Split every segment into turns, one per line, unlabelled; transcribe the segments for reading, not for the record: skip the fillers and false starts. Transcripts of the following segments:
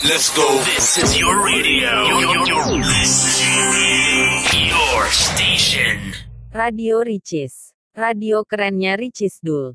Let's go.
This is your radio. Your station.
Radio Ricis. Radio kerennya Ricis Dul.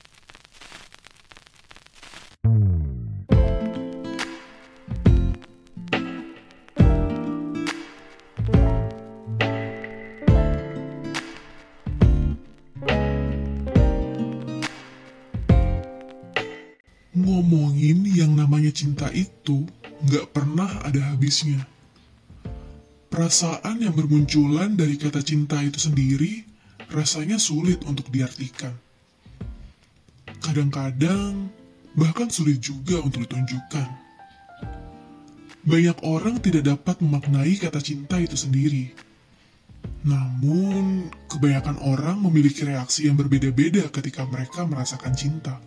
Ngomongin yang namanya cinta itu nggak pernah ada habisnya. Perasaan yang bermunculan dari kata cinta itu sendiri rasanya sulit untuk diartikan. Kadang-kadang bahkan sulit juga untuk ditunjukkan. Banyak orang tidak dapat memaknai kata cinta itu sendiri. Namun, kebanyakan orang memiliki reaksi yang berbeda-beda ketika mereka merasakan cinta.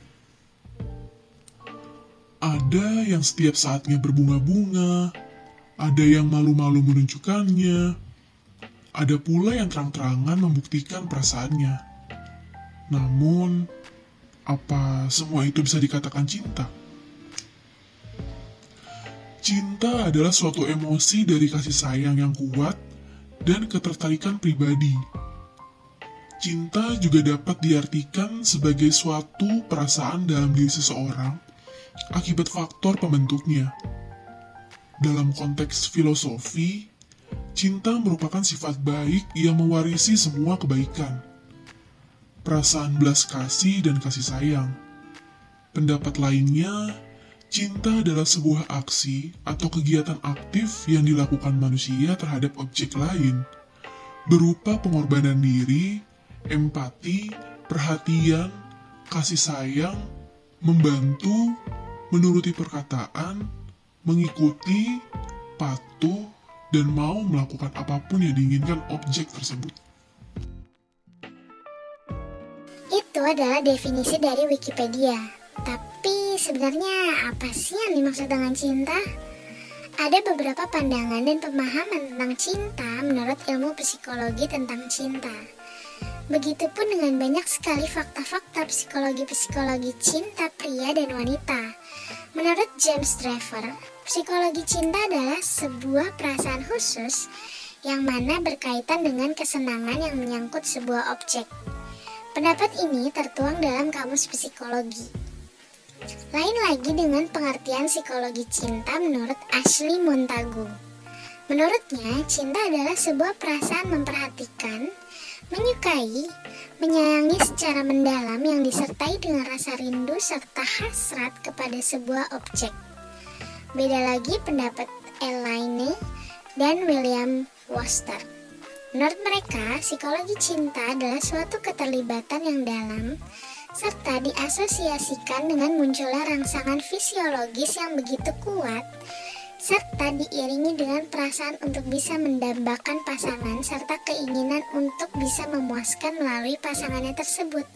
Ada yang setiap saatnya berbunga-bunga, ada yang malu-malu menunjukkannya, ada pula yang terang-terangan membuktikan perasaannya. Namun, apa semua itu bisa dikatakan cinta? Cinta adalah suatu emosi dari kasih sayang yang kuat dan ketertarikan pribadi. Cinta juga dapat diartikan sebagai suatu perasaan dalam diri seseorang akibat faktor pembentuknya. Dalam konteks filosofi, cinta merupakan sifat baik yang mewarisi semua kebaikan. Perasaan belas kasih dan kasih sayang. Pendapat lainnya, cinta adalah sebuah aksi atau kegiatan aktif yang dilakukan manusia terhadap objek lain, berupa pengorbanan diri, empati, perhatian, kasih sayang, membantu, menuruti perkataan, mengikuti, patuh, dan mau melakukan apapun yang diinginkan objek tersebut.
Itu adalah definisi dari Wikipedia. Tapi sebenarnya apa sih yang dimaksud dengan cinta? Ada beberapa pandangan dan pemahaman tentang cinta menurut ilmu psikologi tentang cinta. Begitupun dengan banyak sekali fakta-fakta psikologi cinta pria dan wanita. Menurut James Driver, psikologi cinta adalah sebuah perasaan khusus yang mana berkaitan dengan kesenangan yang menyangkut sebuah objek. Pendapat ini tertuang dalam kamus psikologi. Lain lagi dengan pengertian psikologi cinta menurut Ashley Montagu. Menurutnya, cinta adalah sebuah perasaan memperhatikan, menyukai, menyayangi secara mendalam yang disertai dengan rasa rindu serta hasrat kepada sebuah objek. Beda lagi pendapat Elaine dan William Worcester. Menurut mereka, psikologi cinta adalah suatu keterlibatan yang dalam serta diasosiasikan dengan munculnya rangsangan fisiologis yang begitu kuat serta diiringi dengan perasaan untuk bisa mendambakan pasangan serta keinginan untuk bisa memuaskan melalui pasangannya tersebut.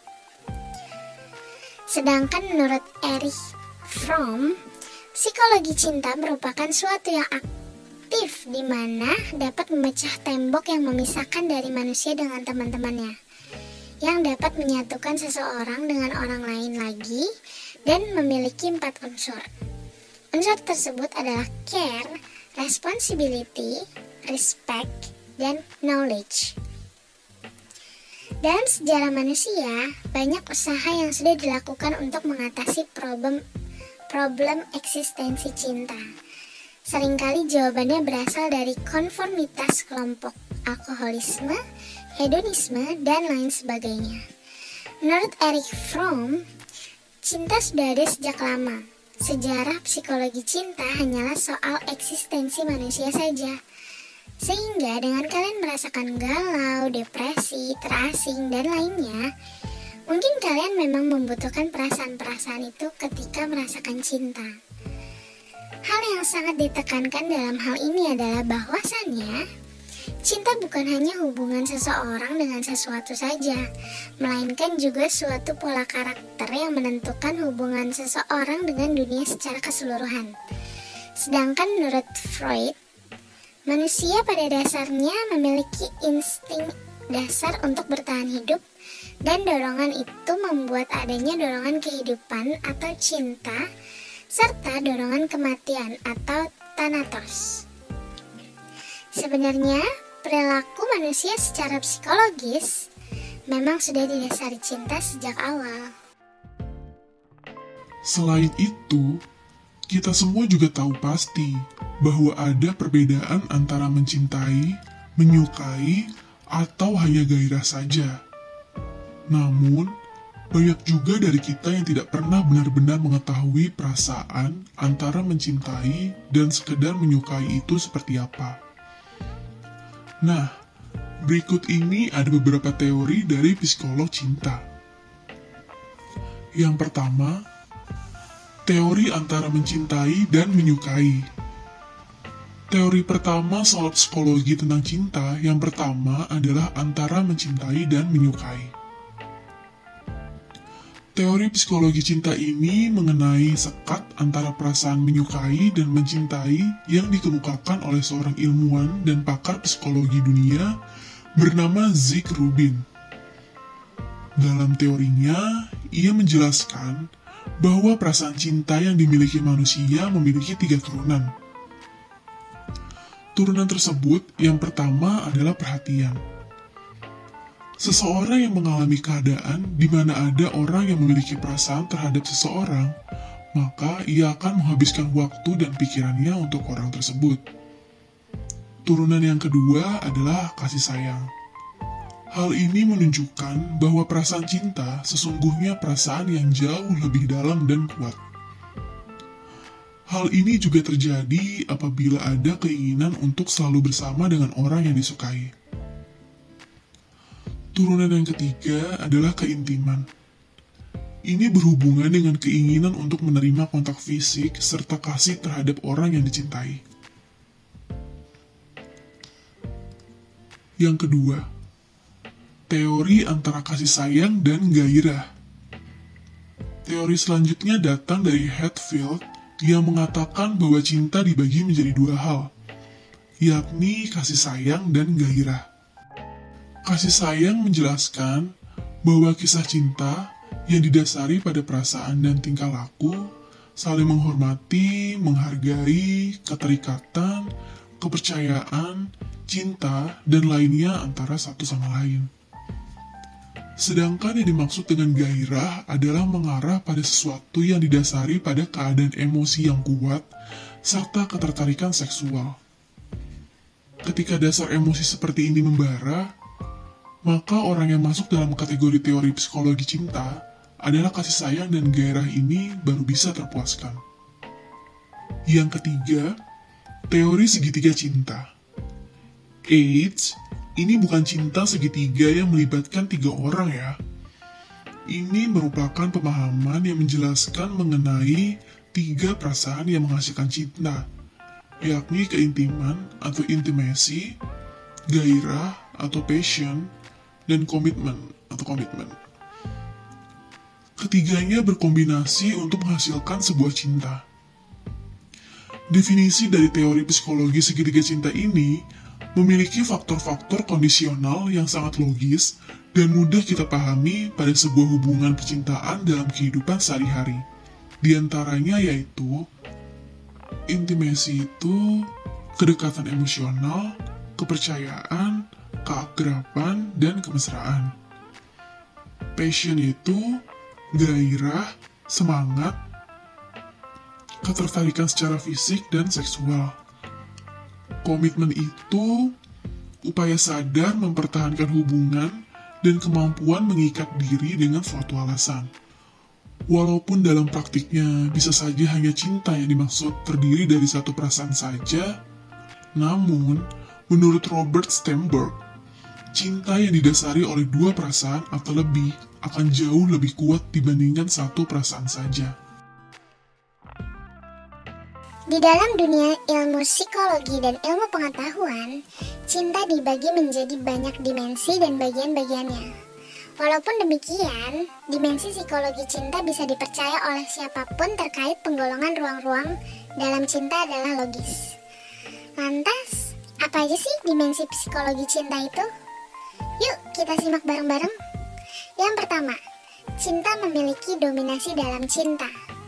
Sedangkan menurut Erich Fromm, psikologi cinta merupakan suatu yang aktif di mana dapat memecah tembok yang memisahkan dari manusia dengan teman-temannya, yang dapat menyatukan seseorang dengan orang lain lagi dan memiliki 4 unsur. Unsur tersebut adalah care, responsibility, respect, dan knowledge. Dalam sejarah manusia, banyak usaha yang sudah dilakukan untuk mengatasi problem eksistensi cinta. Seringkali jawabannya berasal dari konformitas kelompok, alkoholisme, hedonisme, dan lain sebagainya. Menurut Erich Fromm, cinta sudah ada sejak lama. Sejarah psikologi cinta hanyalah soal eksistensi manusia saja. Sehingga dengan kalian merasakan galau, depresi, terasing, dan lainnya, mungkin kalian memang membutuhkan perasaan-perasaan itu ketika merasakan cinta. Hal yang sangat ditekankan dalam hal ini adalah bahwasannya cinta bukan hanya hubungan seseorang dengan sesuatu saja, melainkan juga suatu pola karakter yang menentukan hubungan seseorang dengan dunia secara keseluruhan. Sedangkan menurut Freud, manusia pada dasarnya memiliki insting dasar untuk bertahan hidup, dan dorongan itu membuat adanya dorongan kehidupan atau cinta, serta adalah dorongan kematian atau thanatos. Sebenarnya, perilaku manusia secara psikologis memang sudah didasari cinta sejak awal.
Selain itu, kita semua juga tahu pasti bahwa ada perbedaan antara mencintai, menyukai, atau hanya gairah saja. Namun, banyak juga dari kita yang tidak pernah benar-benar mengetahui perasaan antara mencintai dan sekedar menyukai itu seperti apa. Nah, berikut ini ada beberapa teori dari psikolog cinta. Yang pertama, teori antara mencintai dan menyukai. Teori pertama soal psikologi tentang cinta yang pertama adalah antara mencintai dan menyukai. Teori psikologi cinta ini mengenai sekat antara perasaan menyukai dan mencintai yang dikemukakan oleh seorang ilmuwan dan pakar psikologi dunia bernama Zig Rubin. Dalam teorinya, ia menjelaskan bahwa perasaan cinta yang dimiliki manusia memiliki 3 turunan. Turunan tersebut yang pertama adalah perhatian. Seseorang yang mengalami keadaan di mana ada orang yang memiliki perasaan terhadap seseorang, maka ia akan menghabiskan waktu dan pikirannya untuk orang tersebut. Turunan yang kedua adalah kasih sayang. Hal ini menunjukkan bahwa perasaan cinta sesungguhnya perasaan yang jauh lebih dalam dan kuat. Hal ini juga terjadi apabila ada keinginan untuk selalu bersama dengan orang yang disukai. Turunan yang ketiga adalah keintiman. Ini berhubungan dengan keinginan untuk menerima kontak fisik serta kasih terhadap orang yang dicintai. Yang kedua, teori antara kasih sayang dan gairah. Teori selanjutnya datang dari Hatfield yang mengatakan bahwa cinta dibagi menjadi 2 hal, yakni kasih sayang dan gairah. Kasih sayang menjelaskan bahwa kisah cinta yang didasari pada perasaan dan tingkah laku, saling menghormati, menghargai, keterikatan, kepercayaan, cinta, dan lainnya antara satu sama lain. Sedangkan yang dimaksud dengan gairah adalah mengarah pada sesuatu yang didasari pada keadaan emosi yang kuat, serta ketertarikan seksual. Ketika dasar emosi seperti ini membara, maka orang yang masuk dalam kategori teori psikologi cinta adalah kasih sayang dan gairah ini baru bisa terpuaskan. Yang ketiga, teori segitiga cinta. Eits, ini bukan cinta segitiga yang melibatkan 3 orang ya. Ini merupakan pemahaman yang menjelaskan mengenai 3 perasaan yang menghasilkan cinta, yakni keintiman atau intimacy, gairah atau passion, dan komitmen atau komitmen. Ketiganya berkombinasi untuk menghasilkan sebuah cinta. Definisi dari teori psikologi segitiga cinta ini memiliki faktor-faktor kondisional yang sangat logis dan mudah kita pahami pada sebuah hubungan percintaan dalam kehidupan sehari-hari. Di antaranya yaitu intimasi itu kedekatan emosional, kepercayaan, keakraban, dan kemesraan. Passion itu gairah, semangat, ketertarikan secara fisik dan seksual. Komitmen itu upaya sadar mempertahankan hubungan dan kemampuan mengikat diri dengan suatu alasan. Walaupun dalam praktiknya bisa saja hanya cinta yang dimaksud terdiri dari satu perasaan saja, namun menurut Robert Sternberg, cinta yang didasari oleh 2 perasaan atau lebih akan jauh lebih kuat dibandingkan 1 perasaan saja.
Di dalam dunia ilmu psikologi dan ilmu pengetahuan, cinta dibagi menjadi banyak dimensi dan bagian-bagiannya. Walaupun demikian, dimensi psikologi cinta bisa dipercaya oleh siapapun terkait penggolongan ruang-ruang dalam cinta adalah logis. Lantas, apa aja sih dimensi psikologi cinta itu? Yuk kita simak bareng-bareng. Yang pertama, cinta memiliki dominasi dalam cinta.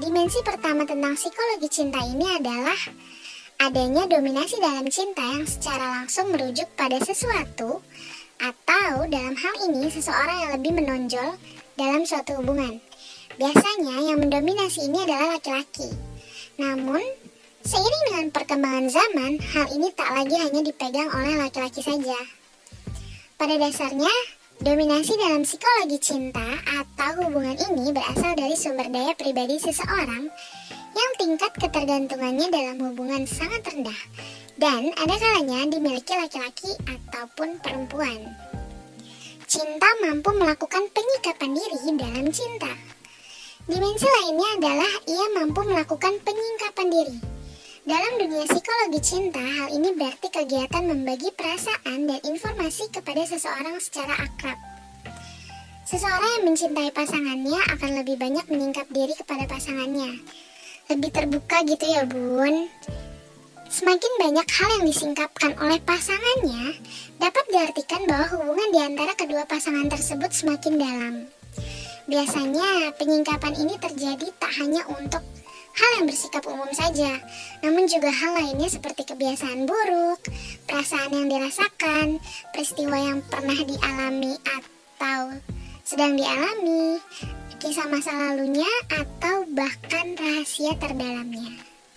Dimensi pertama tentang psikologi cinta ini adalah adanya dominasi dalam cinta yang secara langsung merujuk pada sesuatu atau dalam hal ini seseorang yang lebih menonjol dalam suatu hubungan. Biasanya yang mendominasi ini adalah laki-laki. Namun, seiring dengan perkembangan zaman, hal ini tak lagi hanya dipegang oleh laki-laki saja. Pada dasarnya, dominasi dalam psikologi cinta atau hubungan ini berasal dari sumber daya pribadi seseorang yang tingkat ketergantungannya dalam hubungan sangat rendah dan ada kalanya dimiliki laki-laki ataupun perempuan. Cinta mampu melakukan penyikapan diri dalam cinta. Dimensi lainnya adalah ia mampu melakukan penyingkapan diri. Dalam dunia psikologi cinta, hal ini berarti kegiatan membagi perasaan dan informasi kepada seseorang secara akrab. Seseorang yang mencintai pasangannya akan lebih banyak menyingkap diri kepada pasangannya. Lebih terbuka gitu ya bun. Semakin banyak hal yang disingkapkan oleh pasangannya, dapat diartikan bahwa hubungan di antara kedua pasangan tersebut semakin dalam. Biasanya penyingkapan ini terjadi tak hanya untuk hal yang bersikap umum saja, namun juga hal lainnya seperti kebiasaan buruk, perasaan yang dirasakan, peristiwa yang pernah dialami atau sedang dialami, kisah masa lalunya, atau bahkan rahasia terdalamnya.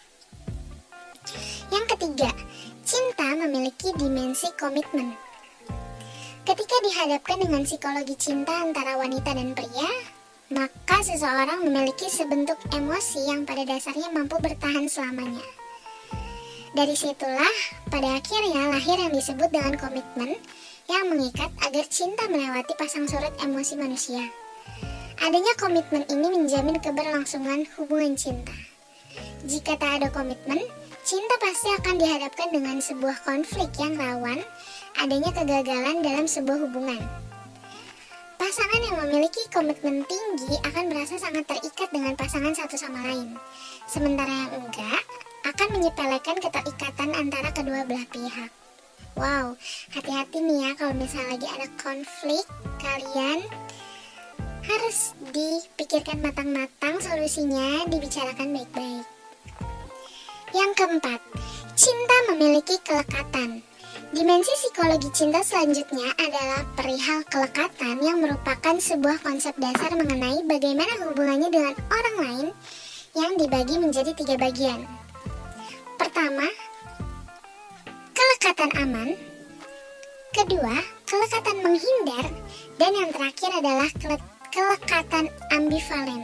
Yang ketiga, cinta memiliki dimensi komitmen. Ketika dihadapkan dengan psikologi cinta antara wanita dan pria, maka seseorang memiliki sebentuk emosi yang pada dasarnya mampu bertahan selamanya. Dari situlah pada akhirnya lahir yang disebut dengan komitmen yang mengikat agar cinta melewati pasang surut emosi manusia. Adanya komitmen ini menjamin keberlangsungan hubungan cinta. Jika tak ada komitmen, cinta pasti akan dihadapkan dengan sebuah konflik yang rawan adanya kegagalan dalam sebuah hubungan. Pasangan yang memiliki komitmen tinggi akan merasa sangat terikat dengan pasangan satu sama lain. Sementara yang enggak akan menyepelekan keterikatan antara kedua belah pihak. Wow, hati-hati nih ya kalau misalnya lagi ada konflik, kalian harus dipikirkan matang-matang solusinya, dibicarakan baik-baik. Yang keempat, cinta memiliki kelekatan. Dimensi psikologi cinta selanjutnya adalah perihal kelekatan yang merupakan sebuah konsep dasar mengenai bagaimana hubungannya dengan orang lain yang dibagi menjadi 3 bagian. Pertama, kelekatan aman. Kedua, kelekatan menghindar. Dan yang terakhir adalah kelekatan ambivalen.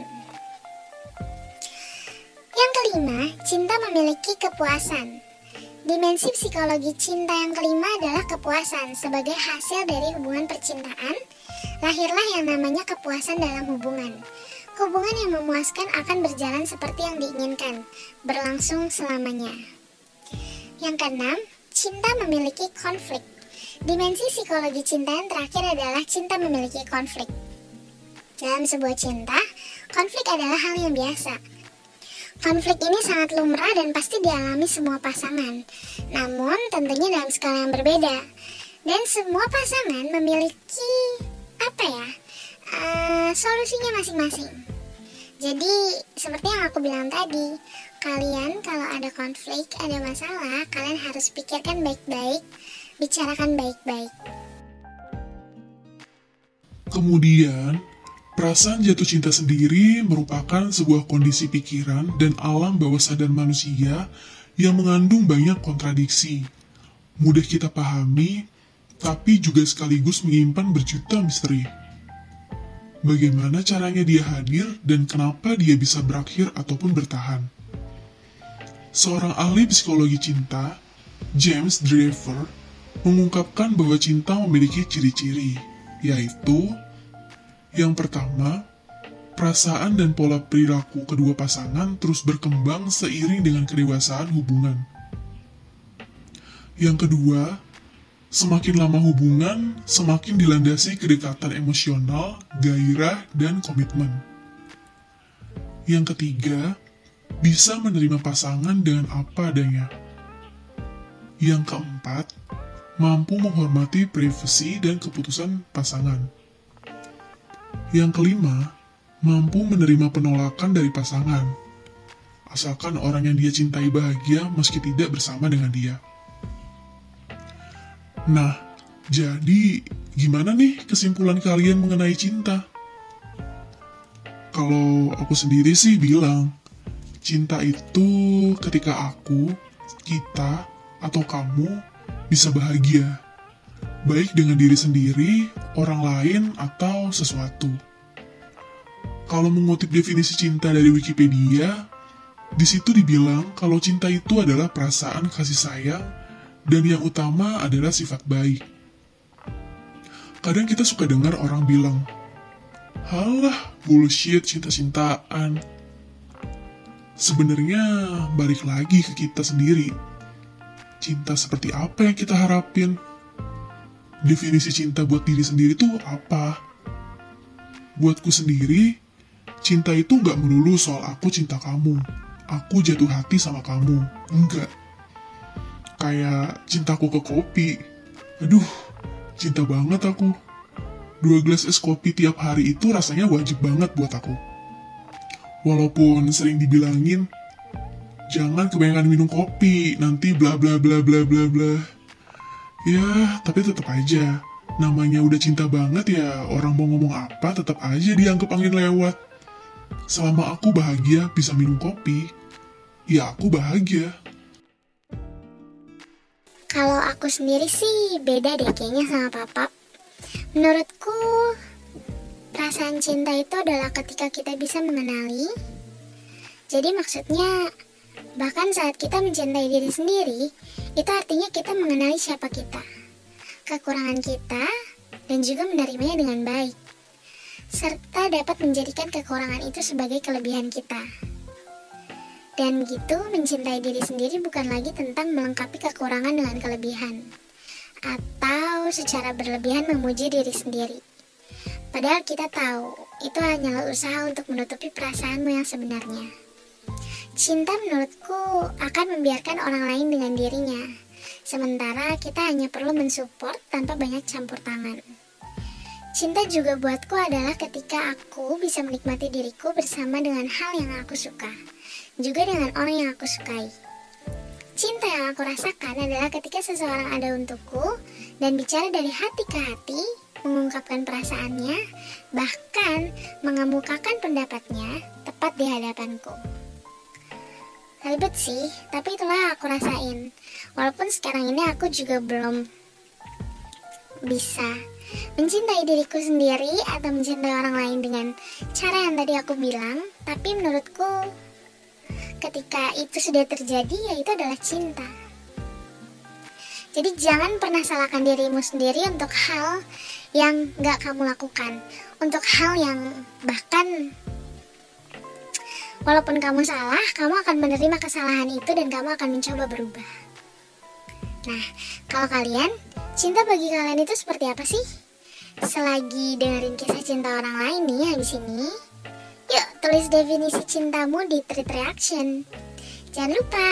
Yang kelima, cinta memiliki kepuasan. Dimensi psikologi cinta yang kelima adalah kepuasan. Sebagai hasil dari hubungan percintaan, lahirlah yang namanya kepuasan dalam hubungan. Hubungan yang memuaskan akan berjalan seperti yang diinginkan, berlangsung selamanya. Yang keenam, cinta memiliki konflik. Dimensi psikologi cinta yang terakhir adalah cinta memiliki konflik. Dalam sebuah cinta, konflik adalah hal yang biasa. Konflik ini sangat lumrah dan pasti dialami semua pasangan. Namun tentunya dalam skala yang berbeda. Dan semua pasangan memiliki solusinya masing-masing. Jadi seperti yang aku bilang tadi, kalian kalau ada konflik, ada masalah, kalian harus pikirkan baik-baik, bicarakan baik-baik.
Kemudian, perasaan jatuh cinta sendiri merupakan sebuah kondisi pikiran dan alam bawah sadar manusia yang mengandung banyak kontradiksi. Mudah kita pahami, tapi juga sekaligus menyimpan berjuta misteri. Bagaimana caranya dia hadir dan kenapa dia bisa berakhir ataupun bertahan? Seorang ahli psikologi cinta, James Driver, mengungkapkan bahwa cinta memiliki ciri-ciri, yaitu yang pertama, perasaan dan pola perilaku kedua pasangan terus berkembang seiring dengan kedewasaan hubungan. Yang kedua, semakin lama hubungan, semakin dilandasi kedekatan emosional, gairah, dan komitmen. Yang ketiga, bisa menerima pasangan dengan apa adanya. Yang keempat, mampu menghormati privasi dan keputusan pasangan. Yang kelima, mampu menerima penolakan dari pasangan. asalkan orang yang dia cintai bahagia meski tidak bersama dengan dia. Nah, jadi gimana nih kesimpulan kalian mengenai cinta? Kalau aku sendiri sih bilang, cinta itu ketika aku, kita, atau kamu bisa bahagia, baik dengan diri sendiri, orang lain, atau sesuatu. Kalau mengutip definisi cinta dari Wikipedia, di situ dibilang kalau cinta itu adalah perasaan kasih sayang dan yang utama adalah sifat baik. Kadang kita suka dengar orang bilang, "Halah, bullshit cinta-cintaan." Sebenarnya balik lagi ke kita sendiri. Cinta seperti apa yang kita harapin? Definisi cinta buat diri sendiri tuh apa? Buatku sendiri, cinta itu gak melulu soal aku cinta kamu, aku jatuh hati sama kamu. Enggak. Kayak cintaku ke kopi. Aduh, cinta banget aku. 2 gelas es kopi tiap hari itu rasanya wajib banget buat aku. Walaupun sering dibilangin, jangan kebanyakan minum kopi, nanti bla bla bla bla bla bla. Ya, tapi tetap aja. Namanya udah cinta banget ya, orang mau ngomong apa tetap aja dianggap angin lewat. Selama aku bahagia bisa minum kopi, ya aku bahagia.
Kalau aku sendiri sih beda deh kayaknya sama Papa. Menurutku, perasaan cinta itu adalah ketika kita bisa mengenali. Jadi maksudnya, bahkan saat kita mencintai diri sendiri, itu artinya kita mengenali siapa kita, kekurangan kita, dan juga menerimanya dengan baik. Serta dapat menjadikan kekurangan itu sebagai kelebihan kita. Dan begitu, mencintai diri sendiri bukan lagi tentang melengkapi kekurangan dengan kelebihan, atau secara berlebihan memuji diri sendiri. Padahal kita tahu, itu hanyalah usaha untuk menutupi perasaanmu yang sebenarnya. Cinta menurutku akan membiarkan orang lain dengan dirinya, sementara kita hanya perlu mensupport tanpa banyak campur tangan. Cinta juga buatku adalah ketika aku bisa menikmati diriku bersama dengan hal yang aku suka, juga dengan orang yang aku sukai. Cinta yang aku rasakan adalah ketika seseorang ada untukku dan bicara dari hati ke hati, mengungkapkan perasaannya, bahkan mengemukakan pendapatnya tepat di hadapanku. Ribet sih, tapi itulah aku rasain. Walaupun sekarang ini aku juga belum bisa mencintai diriku sendiri atau mencintai orang lain dengan cara yang tadi aku bilang, tapi menurutku ketika itu sudah terjadi, ya itu adalah cinta. Jadi jangan pernah salahkan dirimu sendiri untuk hal yang gak kamu lakukan, untuk hal yang bahkan walaupun kamu salah, kamu akan menerima kesalahan itu dan kamu akan mencoba berubah. Nah, kalau kalian, cinta bagi kalian itu seperti apa sih? Selagi dengerin kisah cinta orang lain nih habis ini, yuk tulis definisi cintamu di Tweet Reaction. Jangan lupa.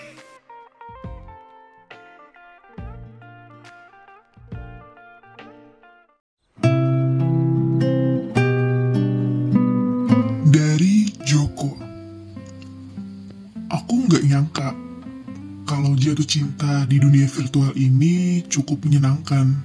Dari Joko. Aku nggak nyangka kalau jatuh cinta di dunia virtual ini cukup menyenangkan.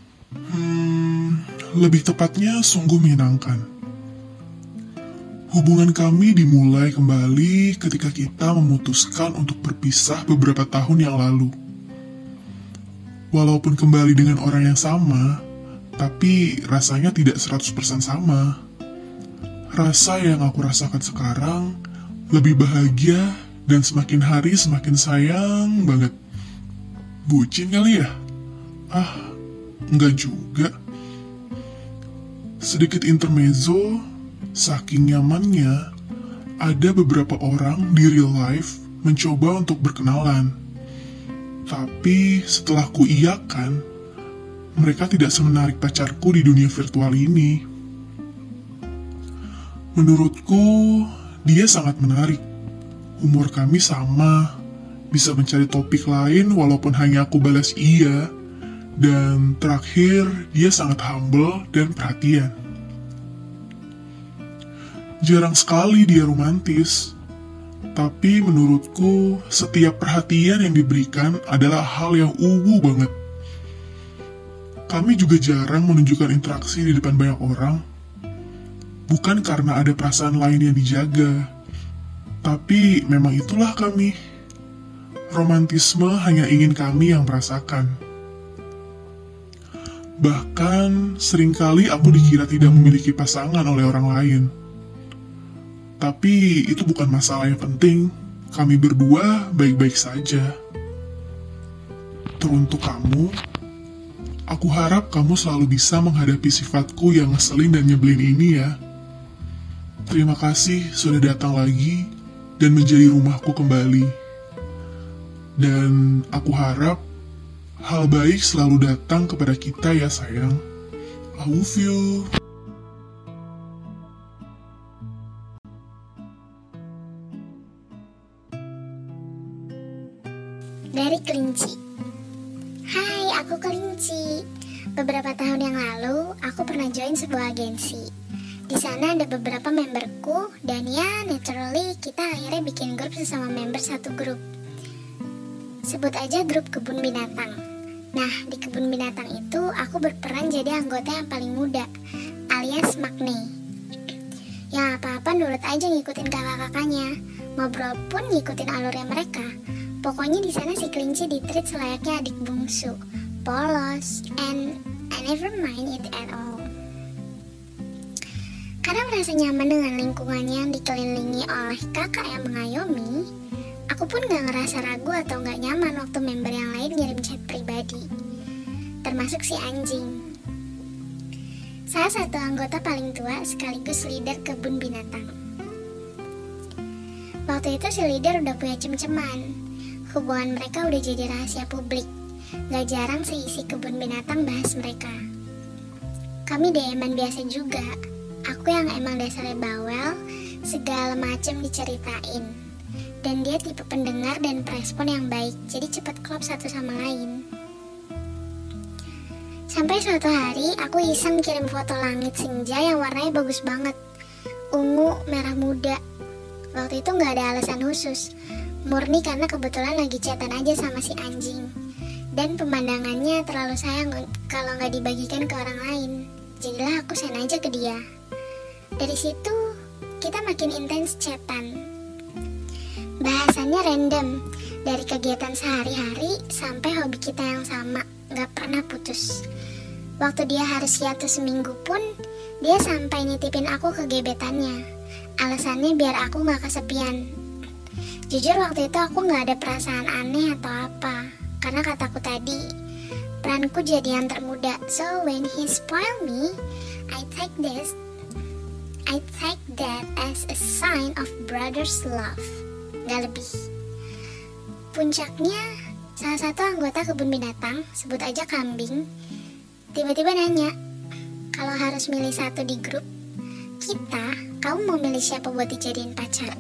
Lebih tepatnya sungguh menyenangkan. Hubungan kami dimulai kembali ketika kita memutuskan untuk berpisah beberapa tahun yang lalu. Walaupun kembali dengan orang yang sama, tapi rasanya tidak 100% sama. Rasa yang aku rasakan sekarang lebih bahagia dan semakin hari semakin sayang banget. Bucin kali ya? Enggak juga. Sedikit intermezzo, saking nyamannya, ada beberapa orang di real life mencoba untuk berkenalan. Tapi setelah kuiyakan, mereka tidak semenarik pacarku di dunia virtual ini. Menurutku, dia sangat menarik. Umur kami sama, bisa mencari topik lain walaupun hanya aku balas iya. Dan terakhir, dia sangat humble dan perhatian. Jarang sekali dia romantis. Tapi menurutku, setiap perhatian yang diberikan adalah hal yang banget. Kami juga jarang menunjukkan interaksi di depan banyak orang. Bukan karena ada perasaan lain yang dijaga, tapi memang itulah kami. Romantisme hanya ingin kami yang merasakan. Bahkan, seringkali aku dikira tidak memiliki pasangan oleh orang lain. Tapi itu bukan masalah yang penting. Kami berdua baik-baik saja. Teruntuk kamu, aku harap kamu selalu bisa menghadapi sifatku yang ngeselin dan nyebelin ini ya. Terima kasih sudah datang lagi dan menjadi rumahku kembali. Dan aku harap hal baik selalu datang kepada kita ya sayang. I love you.
Dari Kelinci. Hai, aku Kelinci. Beberapa tahun yang lalu, aku pernah join sebuah agensi. Di sana ada beberapa memberku, dan ya, naturally kita akhirnya bikin grup sesama member satu grup. Sebut aja grup kebun binatang. Nah, di kebun binatang itu, aku berperan jadi anggota yang paling muda, alias Makne. Ya, apa-apa nurut aja ngikutin kakak-kakaknya. Ngobrol pun ngikutin alurnya mereka. Pokoknya di sana si Kelinci ditreat selayaknya adik bungsu, polos, and I never mind it at all. Karena merasa nyaman dengan lingkungannya yang dikelilingi oleh kakak yang mengayomi, aku pun gak ngerasa ragu atau gak nyaman waktu member yang lain ngirim chat pribadi, termasuk si anjing. Salah satu anggota paling tua sekaligus leader kebun binatang. Waktu itu si leader udah punya cem-ceman. Hubungan mereka udah jadi rahasia publik. Gak jarang seisi kebun binatang bahas mereka. Kami DM-an biasa juga. Aku yang emang dasarnya bawel, segala macem diceritain. Dan dia tipe pendengar dan perespon yang baik, jadi cepet klop satu sama lain. Sampai suatu hari, aku iseng kirim foto langit senja yang warnanya bagus banget. Ungu, merah muda. Waktu itu gak ada alasan khusus. Murni karena kebetulan lagi chatan aja sama si anjing. Dan pemandangannya terlalu sayang kalau gak dibagikan ke orang lain. Jadilah aku send aja ke dia. Dari situ, kita makin intens chatan. Bahasannya random, dari kegiatan sehari-hari sampai hobi kita yang sama, gak pernah putus. Waktu dia harus hiatus seminggu pun, dia sampai nitipin aku ke gebetannya. Alasannya biar aku gak kesepian. Jujur waktu itu aku gak ada perasaan aneh atau apa, karena kataku tadi, peranku jadi yang termuda. So when he spoil me, I take that as a sign of brother's love. Gak lebih. Puncaknya, salah satu anggota kebun binatang, sebut aja kambing, tiba-tiba nanya, kalau harus milih satu di grup kita, kamu mau milih siapa buat dijadiin pacar?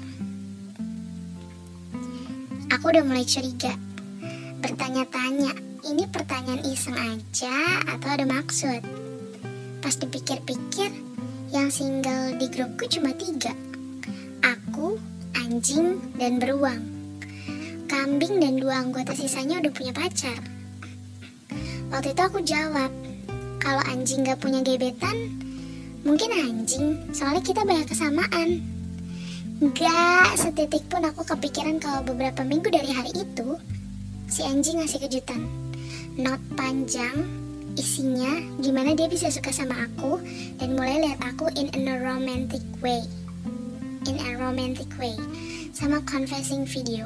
Aku udah mulai curiga, bertanya-tanya, ini pertanyaan iseng aja atau ada maksud? Pas dipikir-pikir, yang single di grupku cuma 3. Aku, anjing, dan beruang. Kambing dan 2 anggota sisanya udah punya pacar. Waktu itu aku jawab, kalau anjing gak punya gebetan, mungkin anjing, soalnya kita banyak kesamaan. Gak setitik pun aku kepikiran kalau beberapa minggu dari hari itu, si anjing ngasih kejutan. Not panjang, isinya gimana dia bisa suka sama aku dan mulai lihat aku in a romantic way. Sama confessing video.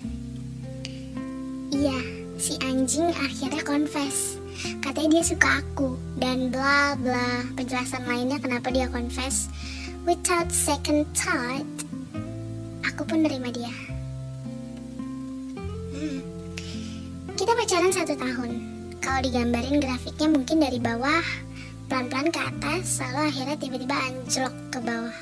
Iya, si anjing akhirnya confess. Katanya dia suka aku dan bla bla penjelasan lainnya kenapa dia confess. Without second thought, aku pun nerima dia. Kita pacaran 1 tahun. Kalau digambarin grafiknya mungkin dari bawah pelan-pelan ke atas, lalu akhirnya tiba-tiba anjlok ke bawah.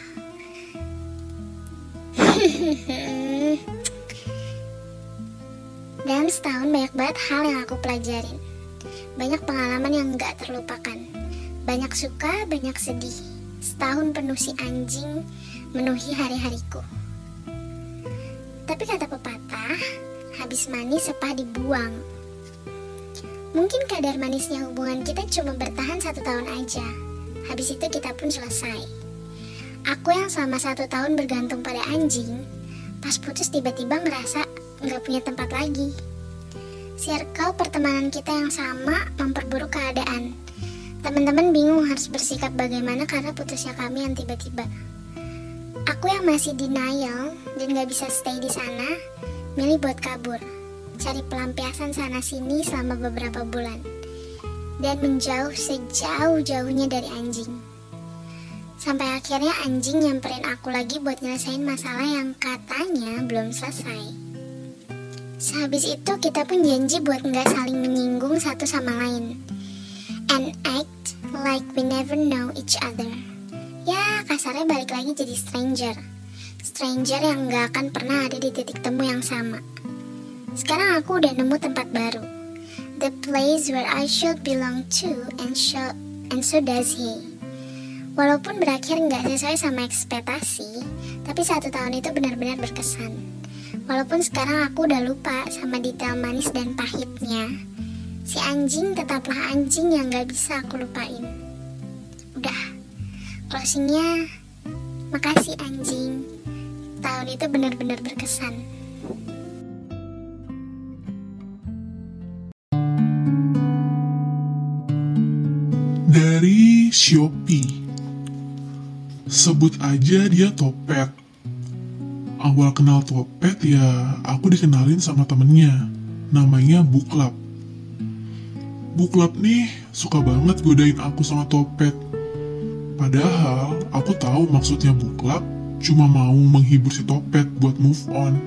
Dalam setahun banyak banget hal yang aku pelajarin. Banyak pengalaman yang gak terlupakan. Banyak suka, banyak sedih. Setahun penuh si anjing menuhi hari-hariku. Tapi kata pepatah, habis manis sepah dibuang. Mungkin kadar manisnya hubungan kita cuma bertahan 1 tahun aja. Habis itu kita pun selesai. Aku yang selama 1 tahun bergantung pada anjing, pas putus tiba-tiba ngerasa gak punya tempat lagi. Circle pertemanan kita yang sama memperburuk keadaan. Teman-teman bingung harus bersikap bagaimana karena putusnya kami yang tiba-tiba. Aku yang masih denial dan gak bisa stay di sana, milih buat kabur, cari pelampiasan sana-sini selama beberapa bulan, dan menjauh sejauh-jauhnya dari anjing. Sampai akhirnya anjing nyamperin aku lagi buat nyelesain masalah yang katanya belum selesai. Sehabis itu kita pun janji buat gak saling menyinggung satu sama lain, and act like we never know each other. Ya kasarnya balik lagi jadi stranger yang gak akan pernah ada di titik temu yang sama. Sekarang aku udah nemu tempat baru, the place where I should belong to, and so does he. Walaupun berakhir gak sesuai sama ekspektasi, tapi 1 tahun itu benar-benar berkesan. Walaupun sekarang aku udah lupa sama detail manis dan pahitnya, si anjing tetaplah anjing yang gak bisa aku lupain. Udah, closingnya, makasih anjing. Tahun itu benar-benar berkesan.
Dari Shopee. Sebut aja dia Topet. Awal kenal Topet ya aku dikenalin sama temennya, namanya Buklap. Buklap nih suka banget godain aku sama Topet. Padahal aku tahu maksudnya Buklap cuma mau menghibur si Topet buat move on.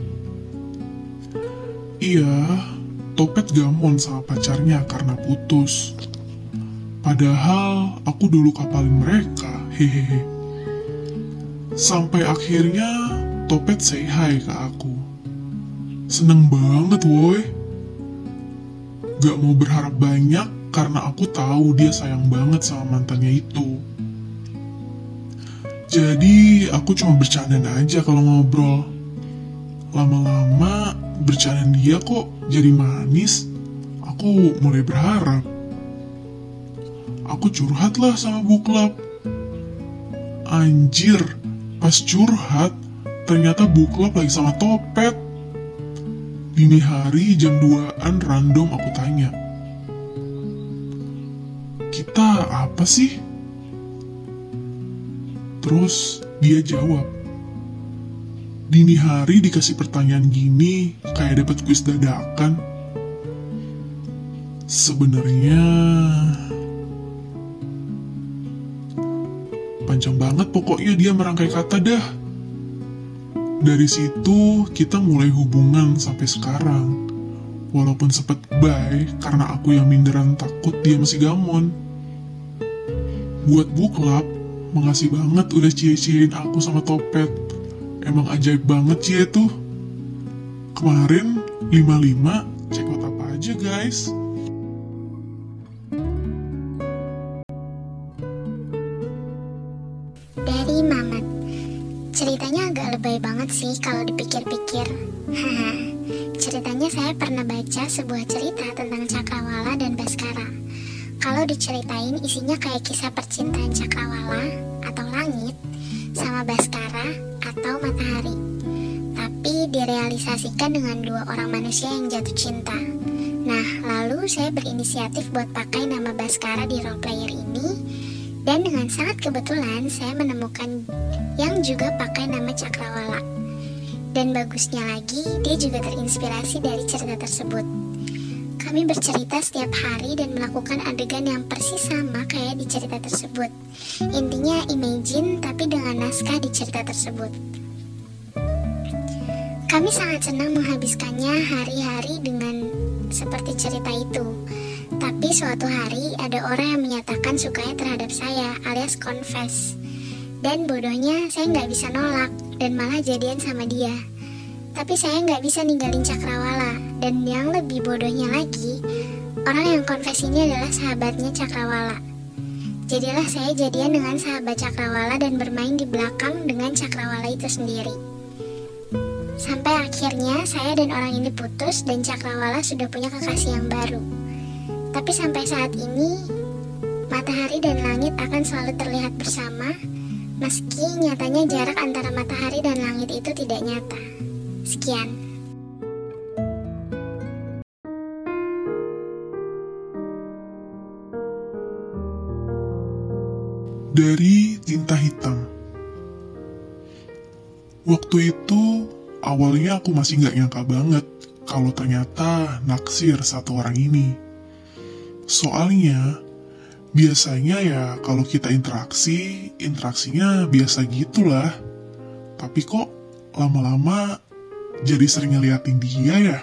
Iya, Topet gamon sama pacarnya karena putus. Padahal aku dulu kapalin mereka, hehehe. Sampai akhirnya Topet say hi ke aku. Seneng banget woy. Gak mau berharap banyak karena aku tahu dia sayang banget sama mantannya itu. Jadi aku cuma bercandaan aja kalau ngobrol. Lama-lama bercandaan dia kok jadi manis. Aku mulai berharap. Aku curhat lah sama Buklap. Anjir, pas curhat ternyata Buklap lagi sama Topet. Dini hari jam 2-an random aku tanya, kita apa sih? Terus dia jawab, dini hari dikasih pertanyaan gini kayak dapat kuis dadakan. Sebenarnya panjang banget pokoknya dia merangkai kata dah. Dari situ kita mulai hubungan sampai sekarang. Walaupun sempet bye karena aku yang minderan takut dia masih gamon. Buat Buklap, makasih banget udah cie-ciein aku sama Topet. Emang ajaib banget cie tuh. Kemarin 55, check out apa aja guys.
Dari Mamat. Ceritanya agak lebay banget sih kalau dipikir-pikir. Haha. Ceritanya saya pernah baca sebuah cerita tentang Cakrawala dan Baskara. Kalau diceritain isinya kayak kisah percintaan Cakrawala atau langit sama Baskara atau matahari. Tapi direalisasikan dengan 2 orang manusia yang jatuh cinta. Nah, lalu saya berinisiatif buat pakai nama Baskara di role player ini. Dan dengan sangat kebetulan saya menemukan yang juga pakai nama Cakrawala. Dan bagusnya lagi, dia juga terinspirasi dari cerita tersebut. Kami bercerita setiap hari dan melakukan adegan yang persis sama kayak di cerita tersebut. Intinya imagine tapi dengan naskah di cerita tersebut. Kami sangat senang menghabiskannya hari-hari dengan seperti cerita itu. Tapi suatu hari ada orang yang menyatakan sukanya terhadap saya alias confess. Dan bodohnya saya nggak bisa nolak dan malah jadian sama dia. Tapi saya nggak bisa ninggalin Cakrawala. Dan yang lebih bodohnya lagi, orang yang confess ini adalah sahabatnya Cakrawala. Jadilah saya jadian dengan sahabat Cakrawala dan bermain di belakang dengan Cakrawala itu sendiri. Sampai akhirnya saya dan orang ini putus dan Cakrawala sudah punya kekasih yang baru. Tapi sampai saat ini, matahari dan langit akan selalu terlihat bersama, meski nyatanya jarak antara matahari dan langit itu tidak nyata. Sekian.
Dari Tinta Hitam. Waktu itu, awalnya aku masih nggak nyangka banget kalau ternyata naksir satu orang ini. Soalnya, biasanya ya kalau kita interaksinya biasa gitulah. Tapi kok lama-lama jadi sering ngeliatin dia ya?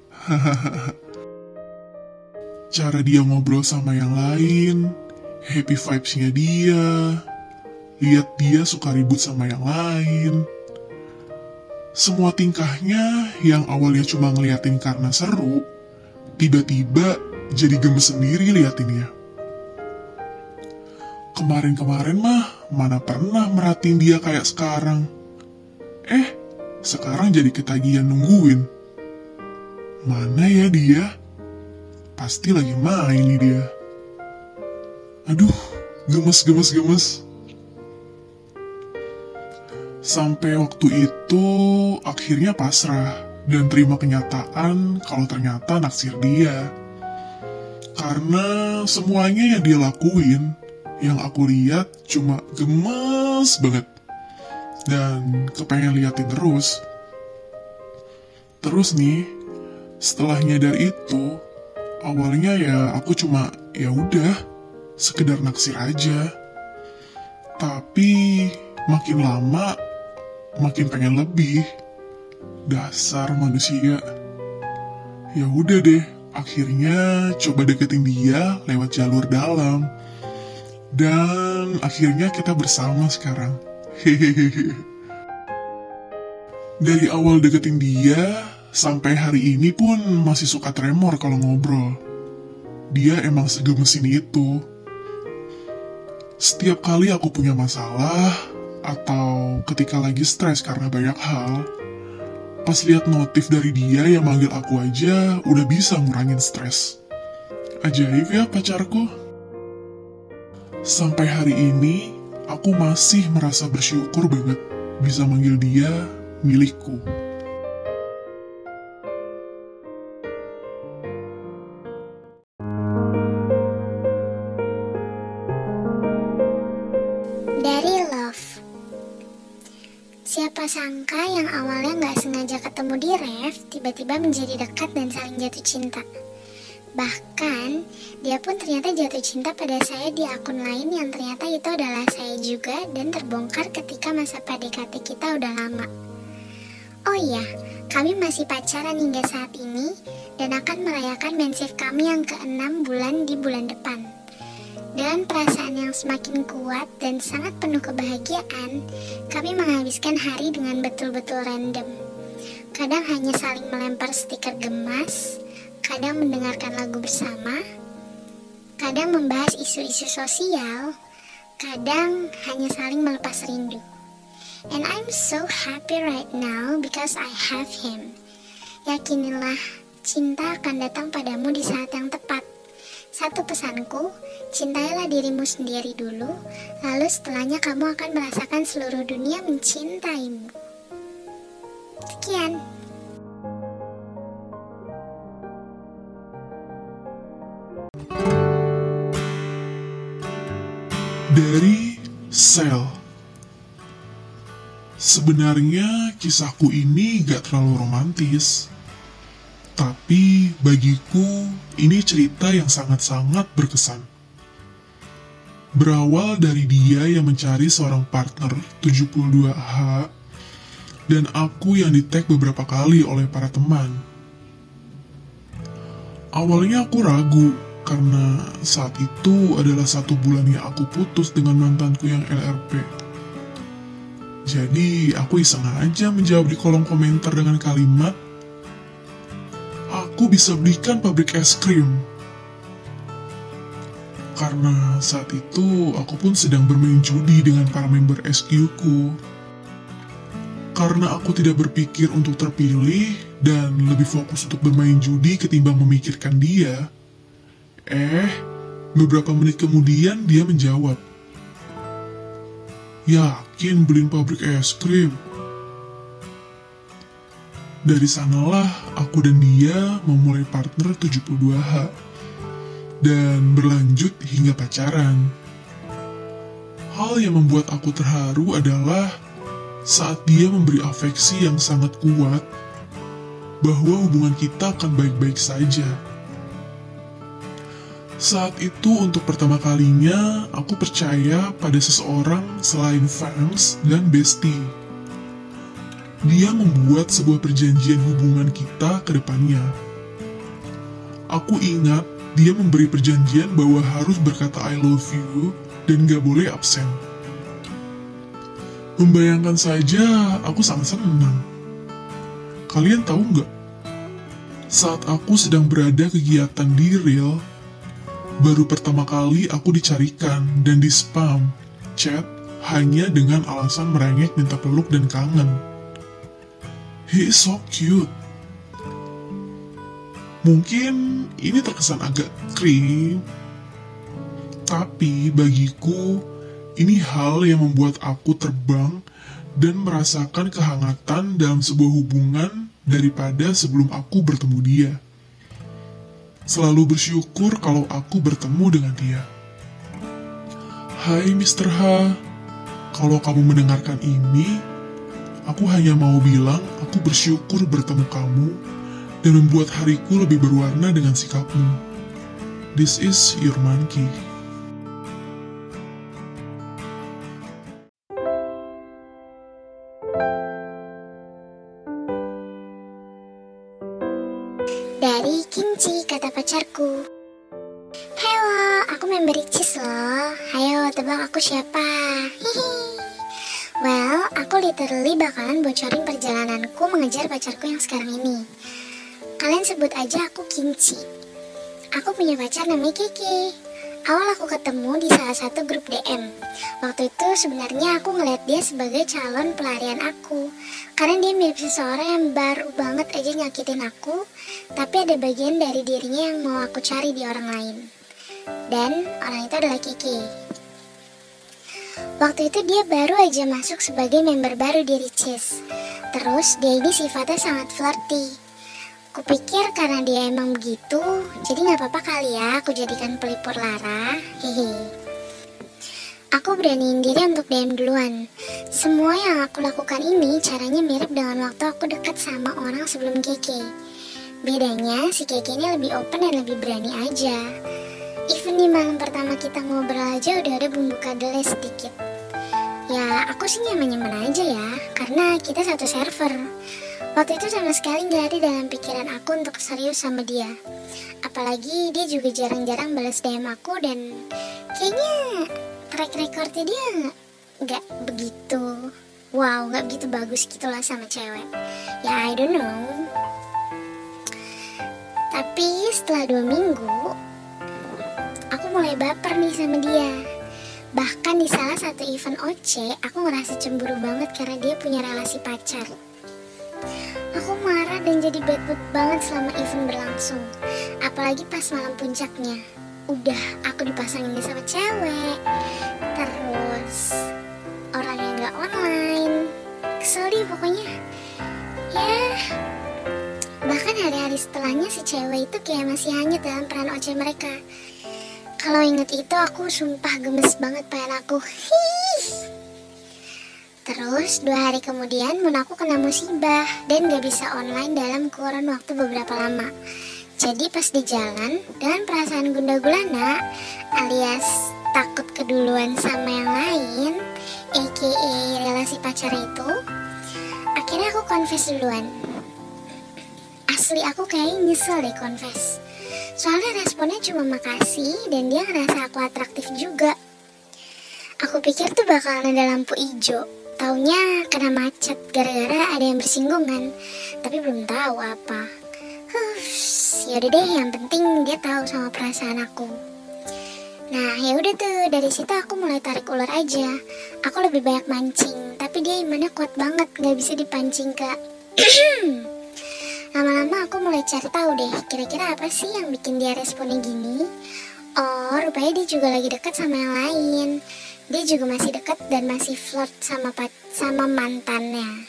Cara dia ngobrol sama yang lain, happy vibes-nya dia, lihat dia suka ribut sama yang lain. Semua tingkahnya yang awalnya cuma ngeliatin karena seru, tiba-tiba jadi gemes sendiri liatinnya. Kemarin-kemarin mah mana pernah merhatiin dia kayak sekarang. Sekarang jadi ketagihan nungguin. Mana ya dia? Pasti lagi main nih dia. Aduh, gemes. Sampai waktu itu akhirnya pasrah dan terima kenyataan kalau ternyata naksir dia. Karena semuanya yang dia lakuin, yang aku lihat cuma gemes banget. Dan kepengen liatin terus. Terus nih, setelah nyadar itu, awalnya ya aku cuma ya udah sekedar naksir aja. Tapi makin lama makin pengen lebih. Dasar manusia. Ya udah deh, akhirnya coba deketin dia lewat jalur dalam. Dan akhirnya kita bersama sekarang. Hehehe. Dari awal deketin dia sampai hari ini pun masih suka tremor kalau ngobrol. Dia emang segemesin itu. Setiap kali aku punya masalah atau ketika lagi stres karena banyak hal, pas lihat notif dari dia yang manggil aku aja udah bisa ngurangin stres. Ajaib ya pacarku. Sampai hari ini aku masih merasa bersyukur banget bisa manggil dia milikku.
Dari Love. Siapa sangka yang awalnya gak sengaja ketemu di ref, tiba-tiba menjadi dekat dan saling jatuh cinta. Bahkan, dia pun ternyata jatuh cinta pada saya di akun lain yang ternyata itu adalah saya juga dan terbongkar ketika masa PDKT kita udah lama. Oh iya, kami masih pacaran hingga saat ini dan akan merayakan mensif kami yang ke-6 bulan di bulan depan. Dengan perasaan yang semakin kuat dan sangat penuh kebahagiaan, kami menghabiskan hari dengan betul-betul random. Kadang hanya saling melempar stiker gemas, kadang mendengarkan lagu bersama, kadang membahas isu-isu sosial, kadang hanya saling melepas rindu. And I'm so happy right now because I have him. Yakinilah, cinta akan datang padamu di saat yang tepat. Satu pesanku, cintailah dirimu sendiri dulu, lalu setelahnya kamu akan merasakan seluruh dunia mencintaimu. Sekian.
Dari Sel. Sebenarnya kisahku ini gak terlalu romantis. Tapi bagiku ini cerita yang sangat-sangat berkesan. Berawal dari dia yang mencari seorang partner 72H dan aku yang di-tag beberapa kali oleh para teman. Awalnya aku ragu karena saat itu adalah 1 bulan yang aku putus dengan mantanku yang LRP. Jadi aku iseng aja menjawab di kolom komentar dengan kalimat, "Aku bisa belikan pabrik es krim." Karena saat itu aku pun sedang bermain judi dengan para member SQ ku. Karena aku tidak berpikir untuk terpilih dan lebih fokus untuk bermain judi ketimbang memikirkan dia, beberapa menit kemudian dia menjawab, "Yakin beliin pabrik es krim?" Dari sanalah aku dan dia memulai partner 72H dan berlanjut hingga pacaran. Hal yang membuat aku terharu adalah saat dia memberi afeksi yang sangat kuat bahwa hubungan kita akan baik-baik saja. Saat itu untuk pertama kalinya aku percaya pada seseorang selain fans dan bestie. Dia membuat sebuah perjanjian hubungan kita ke depannya. Aku ingat dia memberi perjanjian bahwa harus berkata I love you dan gak boleh absen. Membayangkan saja, aku sangat senang. Kalian tahu nggak? Saat aku sedang berada kegiatan di Reel, baru pertama kali aku dicarikan dan di-spam chat hanya dengan alasan merengek minta peluk dan kangen. He is so cute. Mungkin ini terkesan agak creep, tapi bagiku, ini hal yang membuat aku terbang dan merasakan kehangatan dalam sebuah hubungan daripada sebelum aku bertemu dia. Selalu bersyukur kalau aku bertemu dengan dia. Hai Mr. H, kalau kamu mendengarkan ini, aku hanya mau bilang aku bersyukur bertemu kamu dan membuat hariku lebih berwarna dengan sikapmu. This is your monkey.
Dari Kinci, kata pacarku. Halo, aku member Ricis loh. Ayo tebak aku siapa? Hihi. Well, aku literally bakalan bocorin perjalananku mengejar pacarku yang sekarang ini. Kalian sebut aja aku Kinci. Aku punya pacar namanya Kiki. Awal aku ketemu di salah satu grup DM. Waktu itu sebenarnya aku ngeliat dia sebagai calon pelarian aku. Karena dia mirip seseorang yang baru banget aja nyakitin aku, tapi ada bagian dari dirinya yang mau aku cari di orang lain. Dan orang itu adalah Kiki. Waktu itu dia baru aja masuk sebagai member baru di Ricis. Terus dia ini sifatnya sangat flirty. Kupikir karena dia emang begitu, jadi gak apa-apa kali ya aku jadikan pelipur lara. Hehe. Aku beraniin diri untuk DM duluan. Semua yang aku lakukan ini caranya mirip dengan waktu aku dekat sama orang sebelum Kiki. Bedanya si Kiki ini lebih open dan lebih berani aja. Even di malam pertama kita ngobrol aja udah ada bumbu kadalnya sedikit. Ya aku sih nyaman-nyaman aja ya, karena kita satu server. Waktu itu sama sekali gak ada dalam pikiran aku untuk serius sama dia. Apalagi dia juga jarang-jarang balas DM aku dan kayaknya track recordnya dia gak begitu gak begitu bagus gitu lah sama cewek. Ya I don't know. Tapi setelah 2 minggu aku mulai baper nih sama dia. Bahkan di salah satu event OC aku ngerasa cemburu banget karena dia punya relasi pacar. Aku marah dan jadi bad mood banget selama event berlangsung. Apalagi pas malam puncaknya. Udah aku dipasangin dia sama cewek. Terus orangnya gak online. Kesel deh pokoknya. Ya, bahkan hari-hari setelahnya si cewek itu kayak masih hanyut dalam peran OC mereka. Kalau inget itu aku sumpah gemes banget pengen aku. Terus 2 hari kemudian Mun aku kena musibah dan gak bisa online dalam kurun waktu beberapa lama. Jadi pas di jalan dengan perasaan gundah gulana alias takut keduluan sama yang lain, aka relasi pacar itu, akhirnya aku confess duluan. Asli aku kayaknya nyesel deh confess. Soalnya responnya cuma makasih dan dia ngerasa aku atraktif juga. Aku pikir tuh bakalan ada lampu hijau. Taunya kena macet gara-gara ada yang bersinggungan, tapi belum tahu apa. Yaudah deh, yang penting dia tahu sama perasaan aku. Nah, ya udah tuh dari situ aku mulai tarik ulur aja. Aku lebih banyak mancing, tapi tapi dia imannya kuat banget, gak bisa dipancing Kak. Lama-lama aku mulai cari tahu deh, kira-kira apa sih yang bikin dia responnya gini. Oh, rupanya dia juga lagi dekat sama yang lain. Dia juga masih dekat dan masih flirt sama mantannya.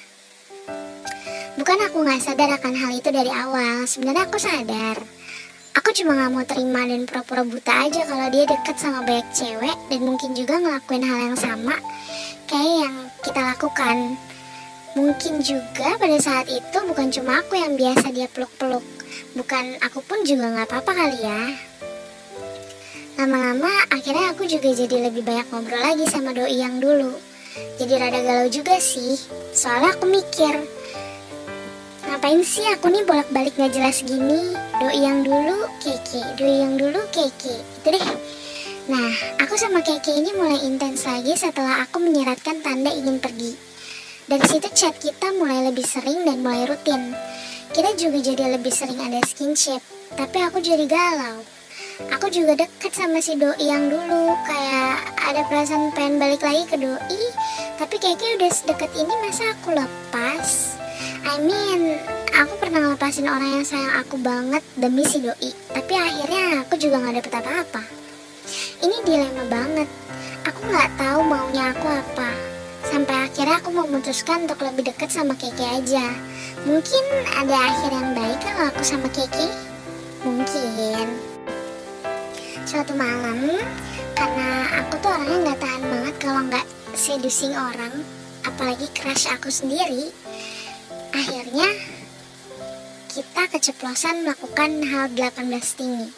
Bukan aku gak sadar akan hal itu dari awal, sebenarnya aku sadar. Aku cuma gak mau terima dan pura-pura buta aja kalau dia dekat sama banyak cewek dan mungkin juga ngelakuin hal yang sama kayak yang kita lakukan. Mungkin juga pada saat itu bukan cuma aku yang biasa dia peluk-peluk, bukan aku pun juga gak apa-apa kali ya. Lama-lama akhirnya aku juga jadi lebih banyak ngobrol lagi sama doi yang dulu. Jadi rada galau juga sih, soalnya aku mikir, ngapain sih aku nih bolak-balik gak jelas gini. Doi yang dulu Keke, doi yang dulu Keke, itu deh. Nah, aku sama Keke ini mulai intens lagi setelah aku menyiratkan tanda ingin pergi. Dari situ chat kita mulai lebih sering dan mulai rutin. Kita juga jadi lebih sering ada skinship, tapi aku jadi galau. Aku juga deket sama si doi yang dulu, kayak ada perasaan pengen balik lagi ke doi, tapi Keke udah sedekat ini masa aku lepas? I mean, aku pernah ngelepasin orang yang sayang aku banget demi si doi, tapi akhirnya aku juga gak dapet apa-apa. Ini dilema banget, aku gak tahu maunya aku apa. Sampai akhirnya aku memutuskan untuk lebih dekat sama Keke aja. Mungkin ada akhir yang baik kalau aku sama Keke? Mungkin. Suatu malam, karena aku tuh orangnya gak tahan banget kalau gak seducing orang, apalagi crush aku sendiri. Akhirnya kita keceplosan melakukan hal 18 tinggi.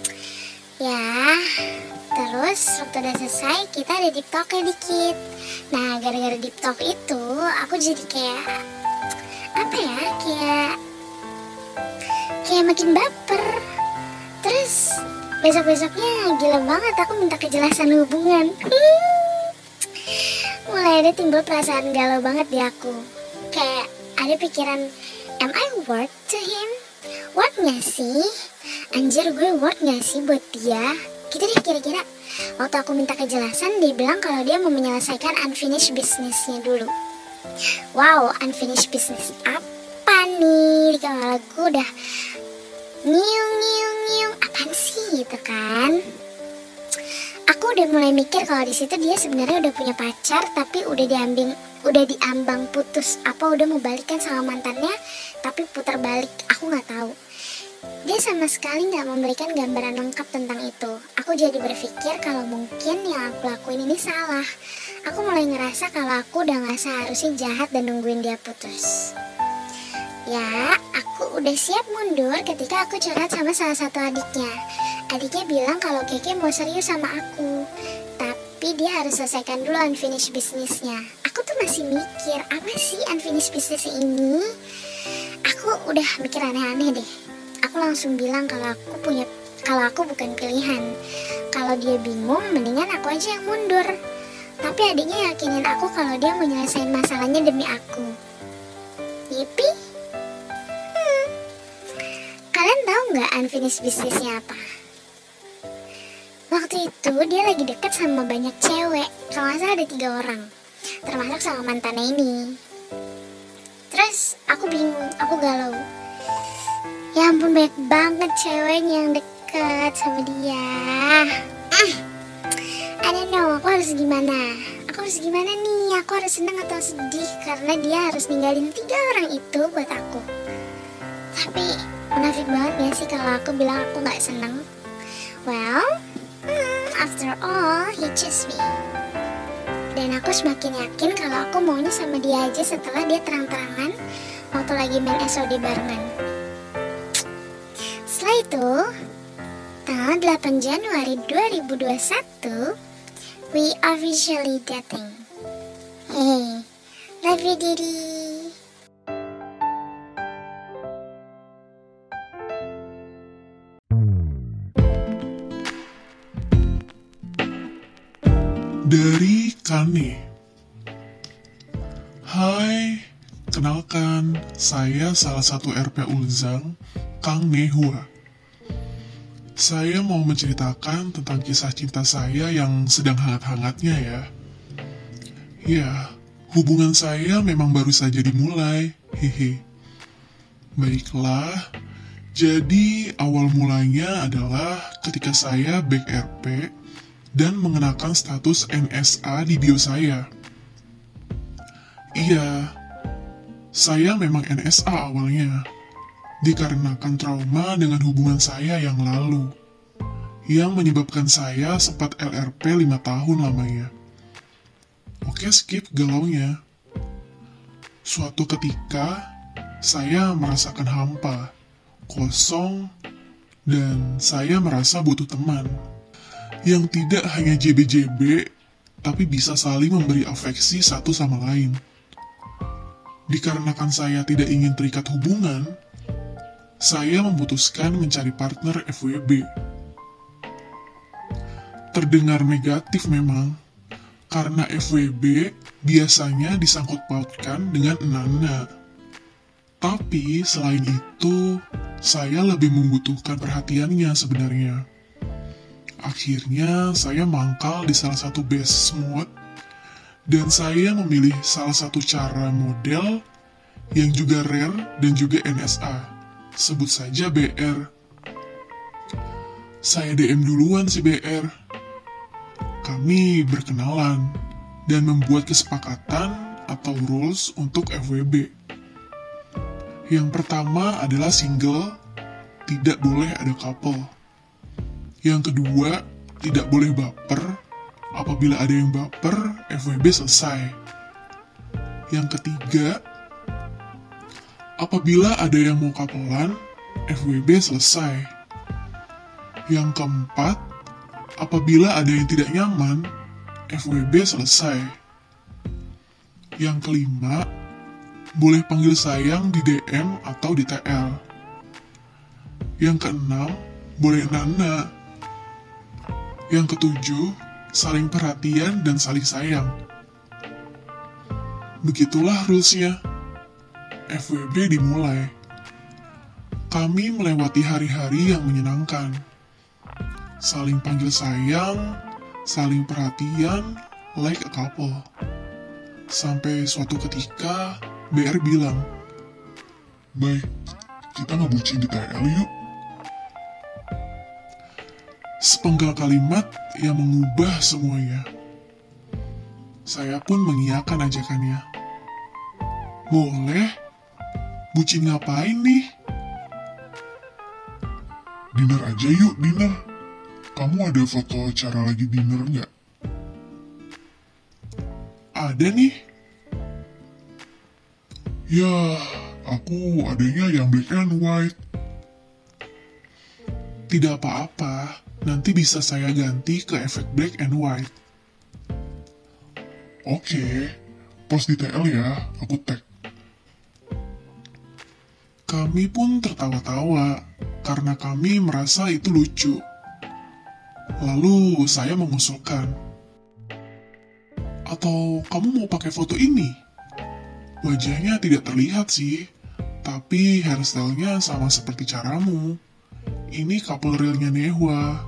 Ya, terus waktu udah selesai kita ada deep talk-nya dikit. Nah, gara-gara deep talk itu aku jadi kayak apa ya, kayak makin baper. Terus besok-besoknya gila banget aku minta kejelasan hubungan. Mulai ada timbul perasaan galau banget di aku. Kayak ada pikiran, am I worth to him? Worth gak sih? Anjir, gue worth gak sih buat dia? Gitu deh kira-kira. Waktu aku minta kejelasan, dia bilang kalau dia mau menyelesaikan unfinished business-nya dulu. Wow, unfinished business apa nih? Di kepala gue udah nyiung, apaan sih gitu kan? Aku udah mulai mikir kalau di situ dia sebenarnya udah punya pacar, tapi udah diambang putus, apa udah mau balikan sama mantannya, tapi putar balik, aku nggak tahu. Dia sama sekali nggak memberikan gambaran lengkap tentang itu. Aku jadi berpikir kalau mungkin yang aku lakuin ini salah. Aku mulai ngerasa kalau aku udah nggak seharusnya jahat dan nungguin dia putus. Ya, aku udah siap mundur ketika aku curhat sama salah satu adiknya. Adiknya bilang kalau Keke mau serius sama aku, tapi dia harus selesaikan dulu unfinished business-nya. Aku tuh masih mikir, apa sih unfinished business ini? Aku udah mikir aneh-aneh deh. Aku langsung bilang kalau aku bukan pilihan. Kalau dia bingung, mendingan aku aja yang mundur. Tapi adiknya yakinin aku kalau dia mau nyelesain masalahnya demi aku. Yippee! Kalian tahu nggak unfinished business-nya apa? Waktu itu dia lagi deket sama banyak cewek. Kalau nggak salah ada 3 orang, termasuk sama mantannya ini. Terus aku bingung, aku galau. Ya ampun, banyak banget ceweknya yang deket sama dia. I don't know, aku harus gimana? Aku harus gimana nih? Aku harus senang atau sedih karena dia harus ninggalin 3 orang itu buat aku. Tapi munafik banget ya sih kalau aku bilang aku gak senang. Well, after all, he chose me. Dan aku semakin yakin kalau aku maunya sama dia aja setelah dia terang-terangan waktu lagi main SOD barengan. Setelah itu, tanggal 8 Januari 2021, we officially dating. Hey, love you, Didi.
Dari Kane. Hai, kenalkan, saya salah satu RP Ulzang, Kang Nehua. Saya mau menceritakan tentang kisah cinta saya yang sedang hangat-hangatnya ya. Ya, Hubungan saya memang baru saja dimulai, hehe. Baiklah, jadi awal mulanya adalah ketika saya back RP dan mengenakan status NSA di bio saya. Iya, saya memang NSA awalnya, dikarenakan trauma dengan hubungan saya yang lalu, yang menyebabkan saya sempat LRP 5 tahun lamanya. Oke, skip galaunya. Suatu ketika, saya merasakan hampa, kosong, dan saya merasa butuh teman yang tidak hanya JB-JB, tapi bisa saling memberi afeksi satu sama lain. Dikarenakan saya tidak ingin terikat hubungan, saya memutuskan mencari partner FWB. Terdengar negatif memang, karena FWB biasanya disangkut pautkan dengan enana. Tapi selain itu, saya lebih membutuhkan perhatiannya sebenarnya. Akhirnya saya mangkal di salah satu base mode, dan saya memilih salah satu cara model yang juga rare dan juga NSA. Sebut saja BR. Saya DM duluan si BR. Kami berkenalan dan membuat kesepakatan atau rules untuk FWB. Yang pertama adalah single, tidak boleh ada couple. Yang kedua, tidak boleh baper. Apabila ada yang baper, FWB selesai. Yang ketiga, apabila ada yang mau couple-an, FWB selesai. Yang keempat, apabila ada yang tidak nyaman, FWB selesai. Yang kelima, boleh panggil sayang di DM atau di TL. Yang keenam, boleh nana. Yang ketujuh, saling perhatian dan saling sayang. Begitulah rulesnya. FWB dimulai. Kami melewati hari-hari yang menyenangkan. Saling panggil sayang, saling perhatian, like a couple. Sampai suatu ketika, BR bilang, "Bay, kita ngebucin di TL yuk." Sepenggal kalimat yang mengubah semuanya. Saya pun mengiyakan ajakannya. Boleh? Bucin ngapain nih? Dinner aja yuk, dinner. Kamu ada foto cara lagi dinner nggak? Ada nih. Ya, aku adanya yang black and white. Tidak apa-apa, nanti bisa saya ganti ke efek black and white. Oke, post di TL ya, aku tag. Kami pun tertawa-tawa, karena kami merasa itu lucu. Lalu saya mengusulkan, "Atau kamu mau pakai foto ini?" Wajahnya tidak terlihat sih, tapi hairstyle-nya sama seperti caramu. Ini couple realnya Nehwa.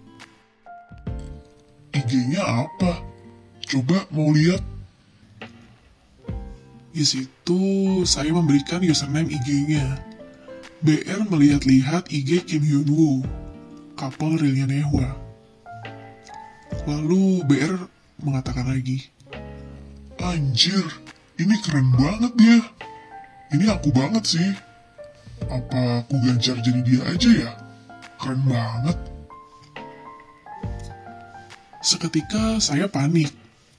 IG-nya apa? Coba mau lihat. Di situ saya memberikan username IG-nya. BR melihat-lihat IG Kim Hyun Woo, couple realnya Nehwa. Lalu BR mengatakan lagi, "Anjir, ini keren banget dia. Ini aku banget sih. Apa aku gancar jadi dia aja ya? Keren banget." Seketika saya panik.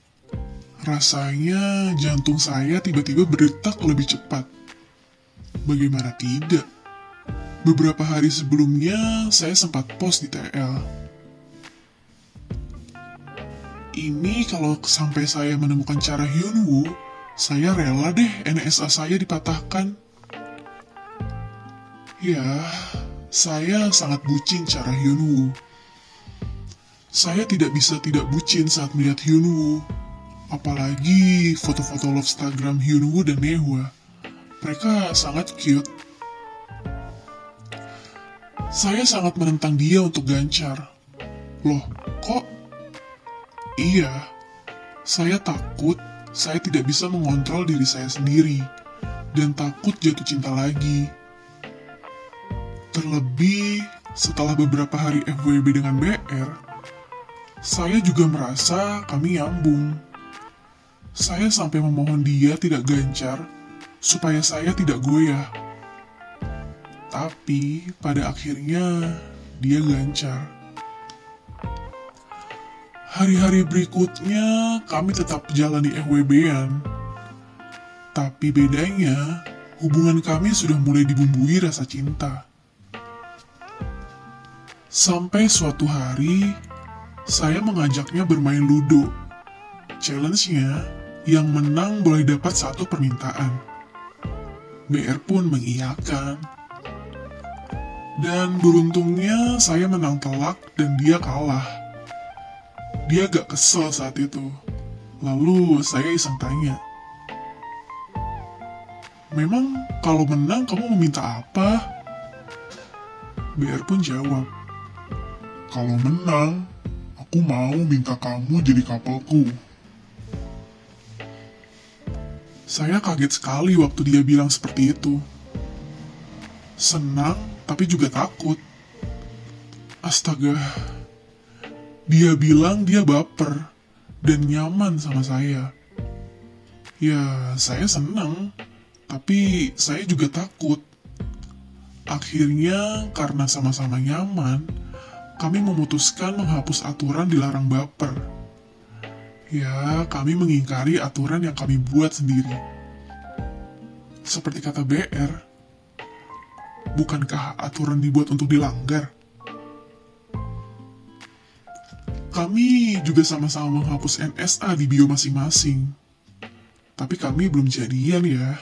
Rasanya jantung saya tiba-tiba berdetak lebih cepat. Bagaimana tidak? Beberapa hari sebelumnya saya sempat post di TL. Ini kalau sampai saya menemukan cara Hyunwoo, saya rela deh NSA saya dipatahkan. Ya, saya sangat bucin cara Hyunwoo. Saya tidak bisa tidak bucin saat melihat Hyunwoo. Apalagi foto-foto Lovestagram Hyunwoo dan Nehwa. Mereka sangat cute. Saya sangat menentang dia untuk gancar. Loh, kok? Iya, saya takut saya tidak bisa mengontrol diri saya sendiri dan takut jatuh cinta lagi. Terlebih setelah beberapa hari FWB dengan BR, saya juga merasa kami nyambung. Saya sampai memohon dia tidak gencar supaya saya tidak goyah. Tapi pada akhirnya dia gencar. Hari-hari berikutnya kami tetap jalani FWB-an. Tapi bedanya, hubungan kami sudah mulai dibumbui rasa cinta. Sampai suatu hari, saya mengajaknya bermain ludo. Challenge-nya, yang menang boleh dapat 1 permintaan. BR pun mengiyakan. Dan beruntungnya saya menang telak dan dia kalah. Dia gak kesel saat itu. Lalu saya iseng tanya, "Memang kalau menang kamu meminta apa?" BR pun jawab, "Kalau menang, aku mau minta kamu jadi kapalku." Saya kaget sekali waktu dia bilang seperti itu. Senang, tapi juga takut. Astaga. Dia bilang dia baper dan nyaman sama saya. Ya, saya senang, tapi saya juga takut. Akhirnya, karena sama-sama nyaman, kami memutuskan menghapus aturan dilarang baper. Ya, kami mengingkari aturan yang kami buat sendiri. Seperti kata BR, bukankah aturan dibuat untuk dilanggar? Kami juga sama-sama menghapus NSA di bio masing-masing. Tapi kami belum jadian ya.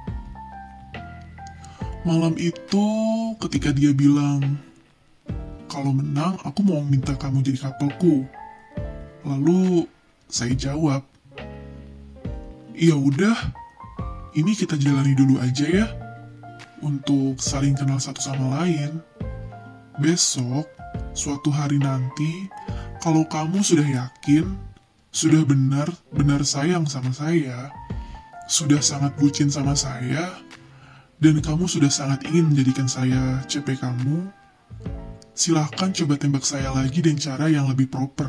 Malam itu, ketika dia bilang, "Kalau menang, aku mau minta kamu jadi kapalku." Lalu, saya jawab, "Ya udah, ini kita jalani dulu aja ya, untuk saling kenal satu sama lain. Besok, suatu hari nanti, kalau kamu sudah yakin, sudah benar-benar sayang sama saya, sudah sangat bucin sama saya, dan kamu sudah sangat ingin menjadikan saya CP kamu, silahkan coba tembak saya lagi dengan cara yang lebih proper."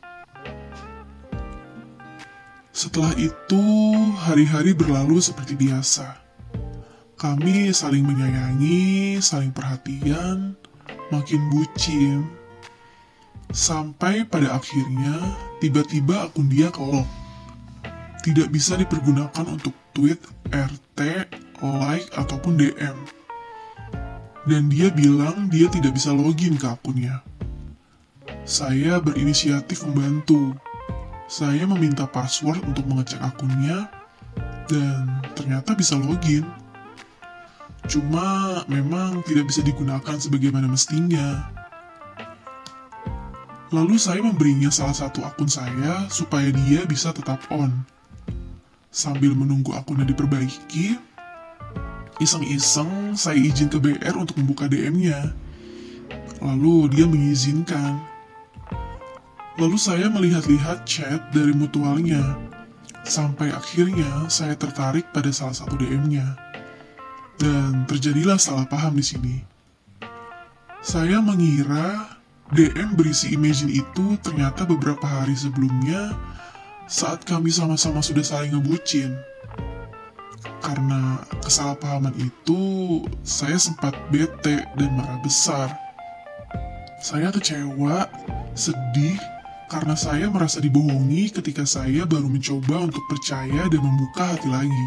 Setelah itu, hari-hari berlalu seperti biasa. Kami saling menyayangi, saling perhatian, makin bucin. Sampai pada akhirnya, tiba-tiba akun dia kelok. Tidak bisa dipergunakan untuk tweet, RT, like, ataupun DM. Dan dia bilang dia tidak bisa login ke akunnya. Saya berinisiatif membantu. Saya meminta password untuk mengecek akunnya, dan ternyata bisa login. Cuma memang tidak bisa digunakan sebagaimana mestinya. Lalu saya memberinya salah satu akun saya supaya dia bisa tetap on. Sambil menunggu akunnya diperbaiki, iseng-iseng saya izin ke BR untuk membuka DM-nya. Lalu dia mengizinkan. Lalu saya melihat-lihat chat dari mutualnya. Sampai akhirnya saya tertarik pada salah satu DM-nya. Dan terjadilah salah paham di sini. Saya mengira DM berisi Imagine itu ternyata beberapa hari sebelumnya saat kami sama-sama sudah saling ngebucin. Karena kesalahpahaman itu, saya sempat bete dan marah besar. Saya kecewa, sedih, karena saya merasa dibohongi ketika saya baru mencoba untuk percaya dan membuka hati lagi.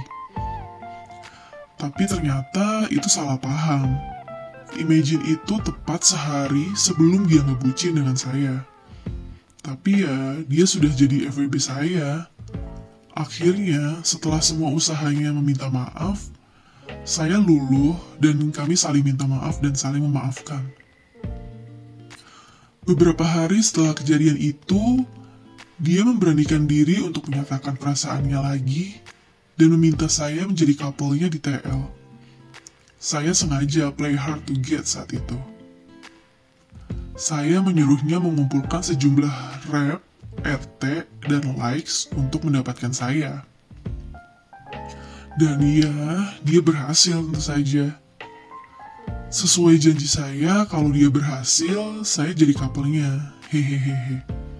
Tapi ternyata itu salah paham. Imagine itu tepat sehari sebelum dia ngebucin dengan saya. Tapi ya, dia sudah jadi FWB saya. Akhirnya, setelah semua usahanya meminta maaf, saya luluh dan kami saling minta maaf dan saling memaafkan. Beberapa hari setelah kejadian itu, dia memberanikan diri untuk menyatakan perasaannya lagi dan meminta saya menjadi couple-nya di TL. Saya sengaja play hard to get saat itu. Saya menyuruhnya mengumpulkan sejumlah rep, RT, dan likes untuk mendapatkan saya. Dan dia berhasil tentu saja. Sesuai janji saya, kalau dia berhasil, saya jadi couple-nya. Hehehe.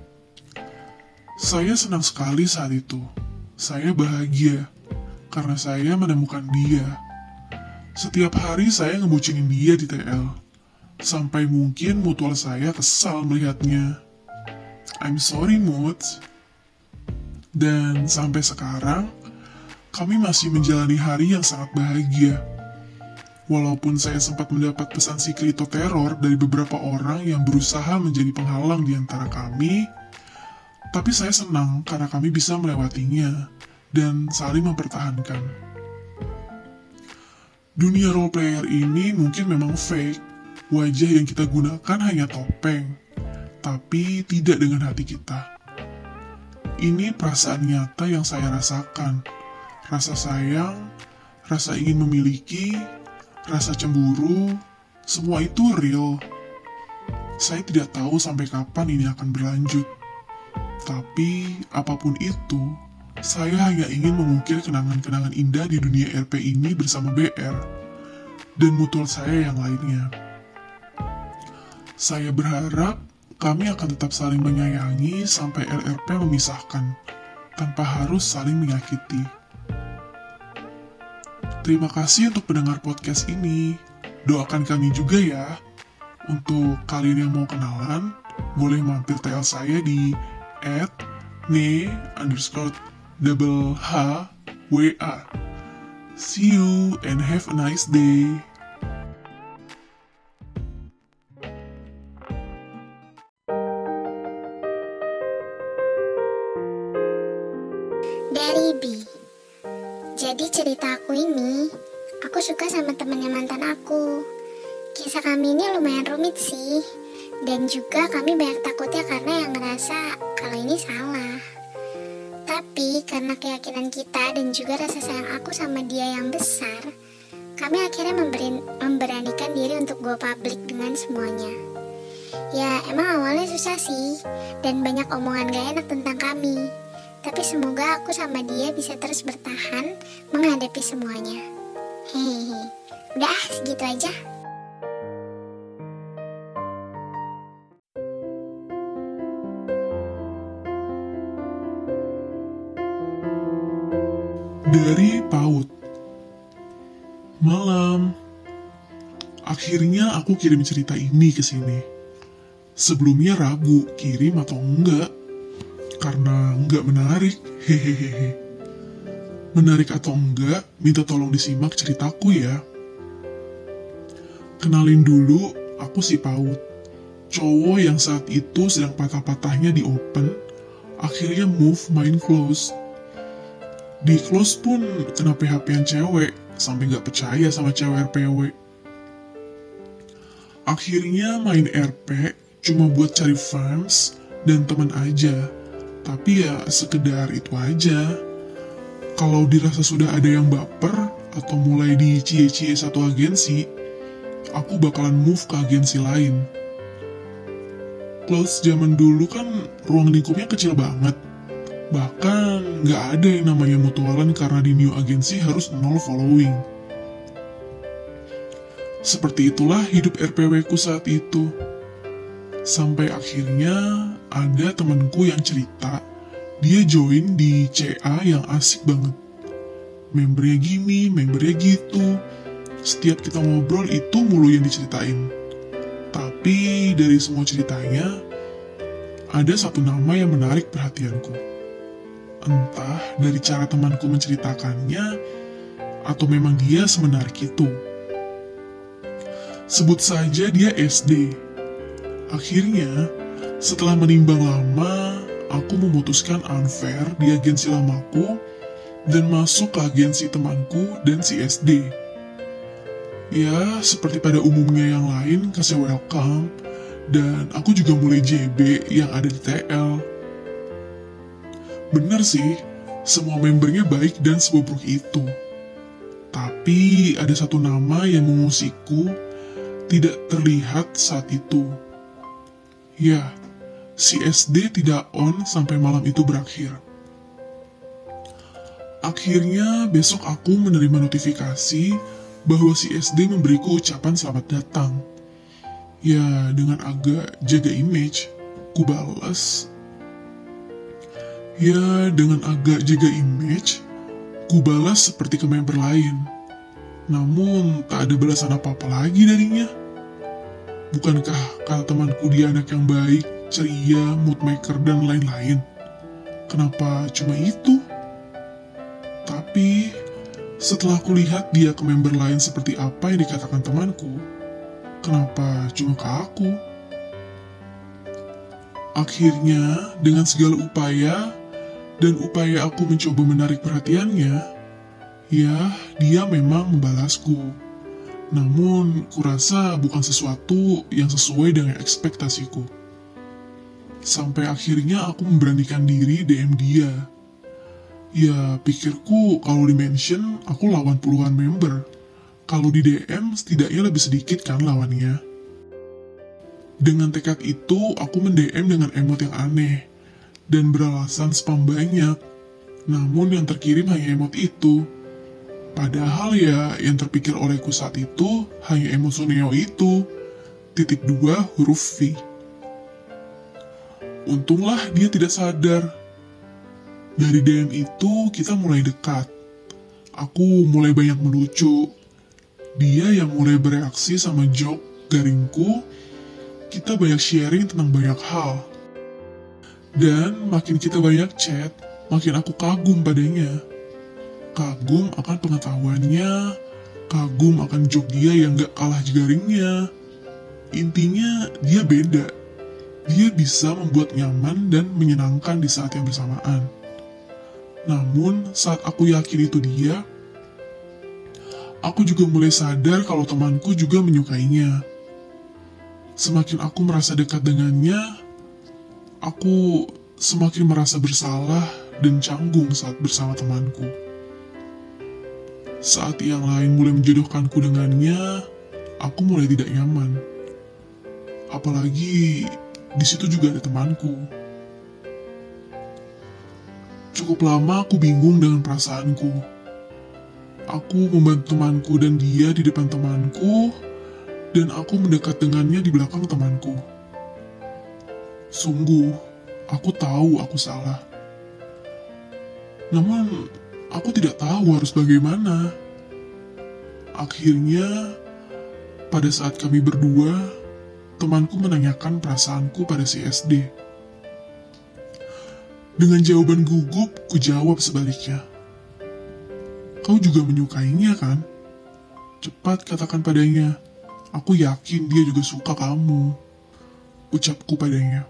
Saya senang sekali saat itu. Saya bahagia karena saya menemukan dia. Setiap hari saya ngebucinin dia di TL. Sampai mungkin mutual saya kesal melihatnya. I'm sorry, Moods. Dan sampai sekarang, kami masih menjalani hari yang sangat bahagia. Walaupun saya sempat mendapat pesan psikoteror dari beberapa orang yang berusaha menjadi penghalang di antara kami, tapi saya senang karena kami bisa melewatinya dan saling mempertahankan. Dunia role player ini mungkin memang fake, wajah yang kita gunakan hanya topeng, tapi tidak dengan hati kita. Ini perasaan nyata yang saya rasakan, rasa sayang, rasa ingin memiliki, rasa cemburu, semua itu real. Saya tidak tahu sampai kapan ini akan berlanjut. Tapi, apapun itu, saya hanya ingin mengukir kenangan-kenangan indah di dunia RP ini bersama BR dan mutual saya yang lainnya. Saya berharap kami akan tetap saling menyayangi sampai RRP memisahkan, tanpa harus saling menyakiti. Terima kasih untuk pendengar podcast ini. Doakan kami juga ya. Untuk kalian yang mau kenalan, boleh mampir TL saya di @ne_HWA. See you and have a nice day.
Dari B. Jadi cerita aku ini, aku suka sama temannya mantan aku. Kisah kami ini lumayan rumit sih. Dan juga kami banyak takutnya karena yang ngerasa kalau ini salah. Tapi karena keyakinan kita dan juga rasa sayang aku sama dia yang besar, kami akhirnya memberanikan diri untuk go public dengan semuanya. Ya emang awalnya susah sih, dan banyak omongan gak enak tentang kami. Tapi semoga aku sama dia bisa terus bertahan menghadapi semuanya. Hehehe. Udah segitu aja.
Dari PAUD. Malam. Akhirnya aku kirim cerita ini ke sini. Sebelumnya ragu kirim atau enggak. Karena nggak menarik, hehehe. Menarik atau enggak, minta tolong disimak ceritaku ya. Kenalin dulu, aku si PAUD. Cowok yang saat itu sedang patah-patahnya di open, akhirnya move main close. Di close pun kena PHP-an cewek, sampai nggak percaya sama cewek RPW. Akhirnya main RP cuma buat cari fans dan teman aja. Tapi ya sekedar itu aja. Kalau dirasa sudah ada yang baper atau mulai dicie-cie satu agensi, aku bakalan move ke agensi lain. Close zaman dulu kan ruang lingkupnya kecil banget. Bahkan nggak ada yang namanya mutualan karena di new agensi harus 0 following. Seperti itulah hidup RPW ku saat itu. Sampai akhirnya ada temanku yang cerita, dia join di CA yang asik banget. Membernya gini, membernya gitu. Setiap kita ngobrol itu mulu yang diceritain. Tapi dari semua ceritanya, ada satu nama yang menarik perhatianku. Entah dari cara temanku menceritakannya, atau memang dia semenarik itu. Sebut saja dia SD. Akhirnya, setelah menimbang lama, aku memutuskan unfair di agensi lamaku dan masuk ke agensi temanku dan si SD. Ya, seperti pada umumnya yang lain, kasih welcome, dan aku juga mulai JB yang ada di TL. Bener sih, semua membernya baik dan sebobrok itu. Tapi ada satu nama yang mengusikku tidak terlihat saat itu. Ya, si SD tidak on sampai malam itu berakhir. Akhirnya besok aku menerima notifikasi bahwa si SD memberiku ucapan selamat datang. Ya, dengan agak jaga image, ku balas. Ku balas seperti ke member lain. Namun, tak ada balasan apa-apa lagi darinya. Bukankah kata temanku dia anak yang baik, ceria, mood maker, dan lain-lain? Kenapa cuma itu? Tapi, setelah aku lihat dia ke member lain seperti apa yang dikatakan temanku, kenapa cuma ke aku? Akhirnya, dengan segala upaya aku mencoba menarik perhatiannya, ya, dia memang membalasku. Namun, kurasa bukan sesuatu yang sesuai dengan ekspektasiku. Sampai akhirnya aku memberanikan diri DM dia. Ya, pikirku kalau di-mention, aku lawan puluhan member. Kalau di DM, setidaknya lebih sedikit kan lawannya. Dengan tekad itu, aku men-DM dengan emot yang aneh, dan beralasan spam banyak. Namun yang terkirim hanya emot itu. Padahal ya, yang terpikir olehku saat itu, hanya emot Suneo itu. _2 huruf V. Untunglah dia tidak sadar. Dari DM itu kita mulai dekat. Aku mulai banyak melucu. Dia yang mulai bereaksi sama joke garingku. Kita banyak sharing tentang banyak hal. Dan makin kita banyak chat, makin aku kagum padanya. Kagum akan pengetahuannya, kagum akan joke dia yang gak kalah garingnya. Intinya dia beda. Dia bisa membuat nyaman dan menyenangkan di saat yang bersamaan. Namun, saat aku yakin itu dia, aku juga mulai sadar kalau temanku juga menyukainya. Semakin aku merasa dekat dengannya, aku semakin merasa bersalah dan canggung saat bersama temanku. Saat yang lain mulai menjodohkanku dengannya, aku mulai tidak nyaman. Apalagi di situ juga ada temanku. Cukup lama aku bingung dengan perasaanku. Aku membantu temanku dan dia di depan temanku, dan aku mendekat dengannya di belakang temanku. Sungguh, aku tahu aku salah. Namun, aku tidak tahu harus bagaimana. Akhirnya, pada saat kami berdua, temanku menanyakan perasaanku pada si SD. Dengan jawaban gugup, ku jawab sebaliknya. Kau juga menyukainya kan? Cepat katakan padanya. Aku yakin dia juga suka kamu. Ucapku padanya.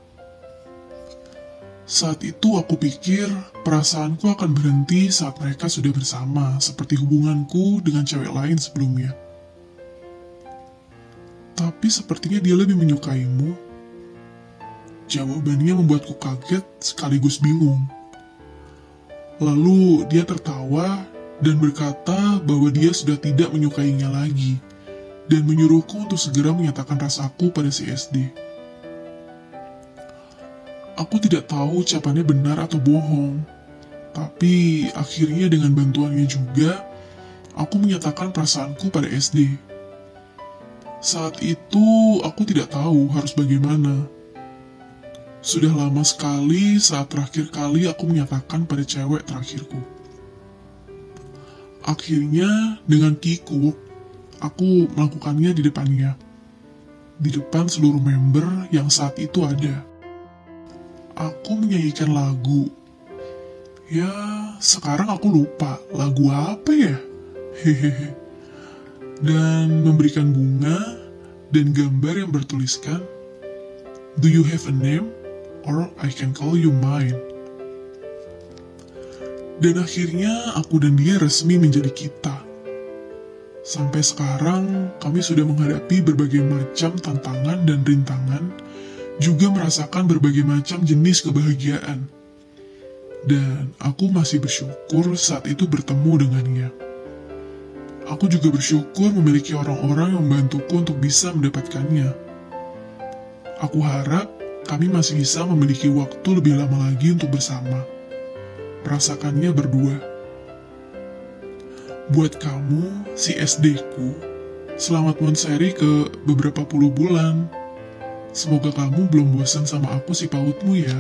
Saat itu aku pikir perasaanku akan berhenti saat mereka sudah bersama, seperti hubunganku dengan cewek lain sebelumnya. Tapi sepertinya dia lebih menyukaimu. Jawabannya membuatku kaget sekaligus bingung. Lalu dia tertawa dan berkata bahwa dia sudah tidak menyukainya lagi dan menyuruhku untuk segera menyatakan rasaku pada si SD. Aku tidak tahu ucapannya benar atau bohong, tapi akhirnya dengan bantuannya juga, aku menyatakan perasaanku pada SD. Saat itu aku tidak tahu harus bagaimana. Sudah lama sekali saat terakhir kali aku menyatakan pada cewek terakhirku. Akhirnya dengan kikuk, aku melakukannya di depannya. Di depan seluruh member yang saat itu ada. Aku menyanyikan lagu. Ya, sekarang aku lupa lagu apa ya. Hehehe. Dan memberikan bunga dan gambar yang bertuliskan, "Do you have a name? Or I can call you mine." Dan akhirnya aku dan dia resmi menjadi kita. Sampai sekarang kami sudah menghadapi berbagai macam tantangan dan rintangan, juga merasakan berbagai macam jenis kebahagiaan. Dan aku masih bersyukur saat itu bertemu dengannya. Aku juga bersyukur memiliki orang-orang yang membantuku untuk bisa mendapatkannya. Aku harap kami masih bisa memiliki waktu lebih lama lagi untuk bersama. Merasakannya berdua. Buat kamu, si SD-ku, selamat menseri ke beberapa puluh bulan. Semoga kamu belum bosan sama aku si pautmu ya.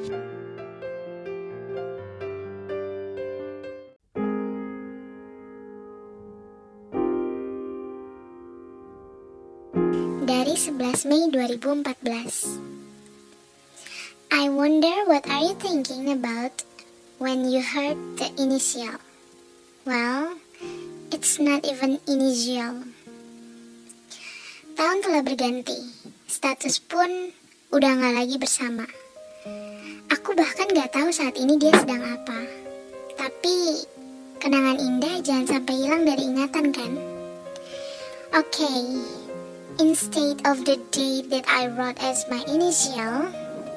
Dari 11 Mei 2014. I wonder what are you thinking about when you heard the initial? Well, it's not even initial. Tahun telah berganti, status pun udah gak lagi bersama. Aku bahkan gak tahu saat ini dia sedang apa. Tapi, kenangan indah jangan sampai hilang dari ingatan kan? Okay, instead of the date that I wrote as my initial,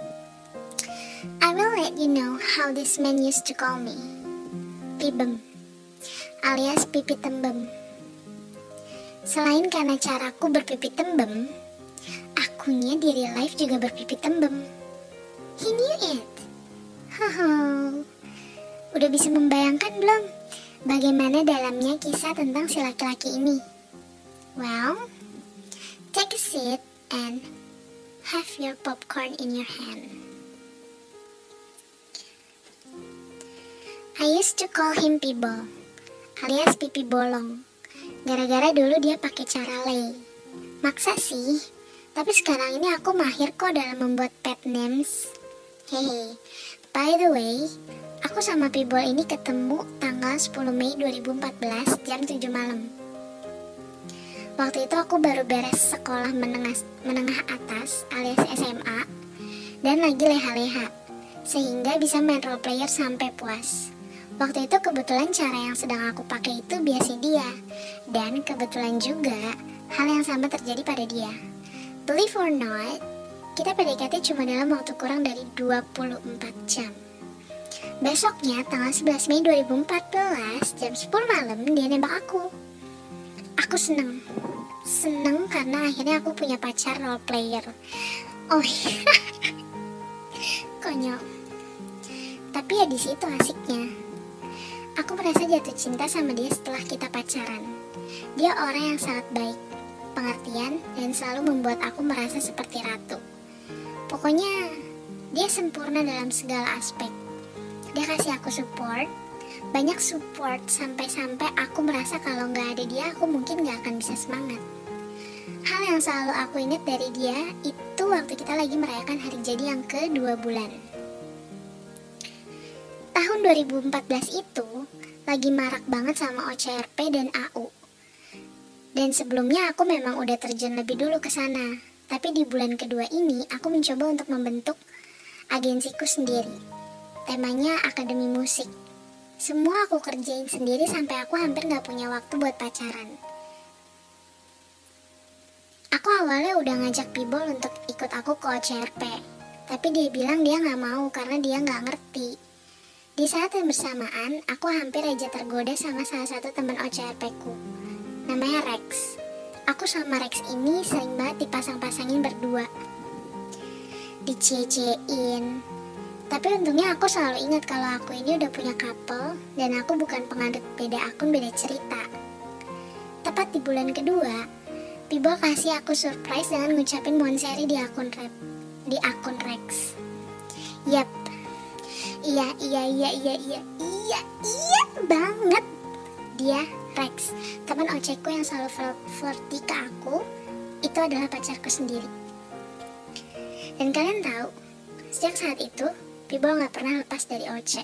I will let you know how this man used to call me. Pibem, alias pipi tembem. Selain karena caraku berpipi tembem, akunya di real life juga berpipi tembem. He knew it. Haha. Udah bisa membayangkan belum bagaimana dalamnya kisah tentang si laki-laki ini? Well, take a seat and have your popcorn in your hand. I used to call him Pibol, alias pipi bolong. Gara-gara dulu dia pakai cara lay. Maksa sih, tapi sekarang ini aku mahir kok dalam membuat pet names. Hehe. By the way, aku sama Pibol ini ketemu tanggal 10 Mei 2014 jam 7 malam. Waktu itu aku baru beres sekolah menengah atas alias SMA dan lagi leha-leha, sehingga bisa main role player sampai puas. Waktu itu kebetulan cara yang sedang aku pakai itu biasa dia, dan kebetulan juga hal yang sama terjadi pada dia. Believe or not, kita PDKT cuma dalam waktu kurang dari 24 jam. Besoknya tanggal 11 Mei 2014 jam 10 malam dia nembak aku. Aku seneng karena akhirnya aku punya pacar role player. Oh iya. Konyol. Tapi ya di situ asiknya. Aku merasa jatuh cinta sama dia setelah kita pacaran. Dia orang yang sangat baik, pengertian, dan selalu membuat aku merasa seperti ratu. Pokoknya, dia sempurna dalam segala aspek. Dia kasih aku support, banyak support sampai-sampai aku merasa kalau nggak ada dia aku mungkin nggak akan bisa semangat. Hal yang selalu aku ingat dari dia itu waktu kita lagi merayakan hari jadi yang ke-2 bulan. Tahun 2014 itu lagi marak banget sama OCRP dan AU. Dan sebelumnya aku memang udah terjun lebih dulu ke sana. Tapi di bulan kedua ini aku mencoba untuk membentuk agensiku sendiri. Temanya akademi musik. Semua aku kerjain sendiri sampai aku hampir gak punya waktu buat pacaran. Aku awalnya udah ngajak Pibol untuk ikut aku ke OCRP. Tapi dia bilang dia gak mau karena dia gak ngerti. Di saat yang bersamaan, aku hampir aja tergoda sama salah satu teman OCRP-ku. Namanya Rex. Aku sama Rex ini sering banget dipasang-pasangin berdua. Dicie-ciein. Tapi untungnya aku selalu ingat kalau aku ini udah punya couple dan aku bukan pengadut beda akun beda cerita. Tepat di bulan kedua, Pibol kasih aku surprise dengan ngucapin monseri di akun Rex. Yap. Iya banget. Dia, Rex, teman OC-ku yang selalu flirty ke aku, itu adalah pacarku sendiri. Dan kalian tahu, sejak saat itu, Pibol gak pernah lepas dari OC.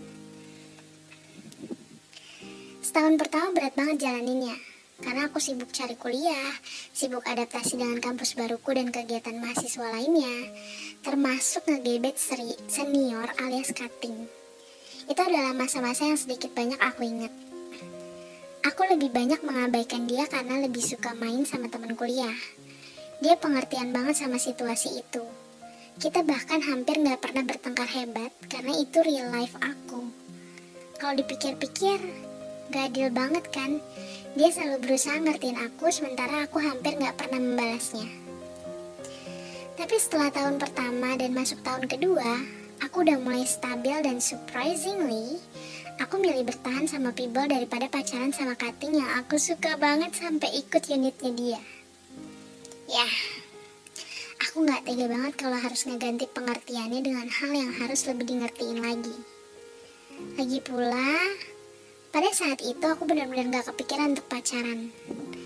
Setahun pertama berat banget jalaninnya, karena aku sibuk cari kuliah, sibuk adaptasi dengan kampus baruku dan kegiatan mahasiswa lainnya, termasuk ngegebet senior alias cutting. Itu adalah masa-masa yang sedikit banyak aku ingat. Aku lebih banyak mengabaikan dia karena lebih suka main sama teman kuliah. Dia pengertian banget sama situasi itu. Kita bahkan hampir gak pernah bertengkar hebat karena itu real life aku. Kalau dipikir-pikir, gak adil banget kan? Dia selalu berusaha ngertiin aku sementara aku hampir gak pernah membalasnya. Tapi setelah tahun pertama dan masuk tahun kedua, aku udah mulai stabil dan surprisingly, Aku milih bertahan sama Pibol daripada pacaran sama Kating yang aku suka banget sampai ikut unitnya dia. Ya, aku gak tega banget kalau harus ngeganti pengertiannya dengan hal yang harus lebih dingertiin lagi. Lagi pula, pada saat itu aku benar-benar gak kepikiran untuk pacaran.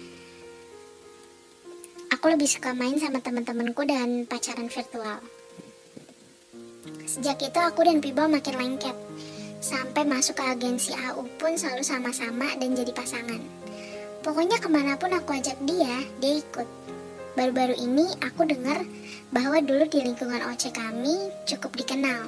Aku lebih suka main sama teman-temanku dan pacaran virtual. Sejak itu aku dan Pibol makin lengket. Sampai masuk ke agensi AU pun selalu sama-sama dan jadi pasangan. Pokoknya kemanapun aku ajak dia ikut. Baru-baru ini aku dengar bahwa dulu di lingkungan OC kami cukup dikenal.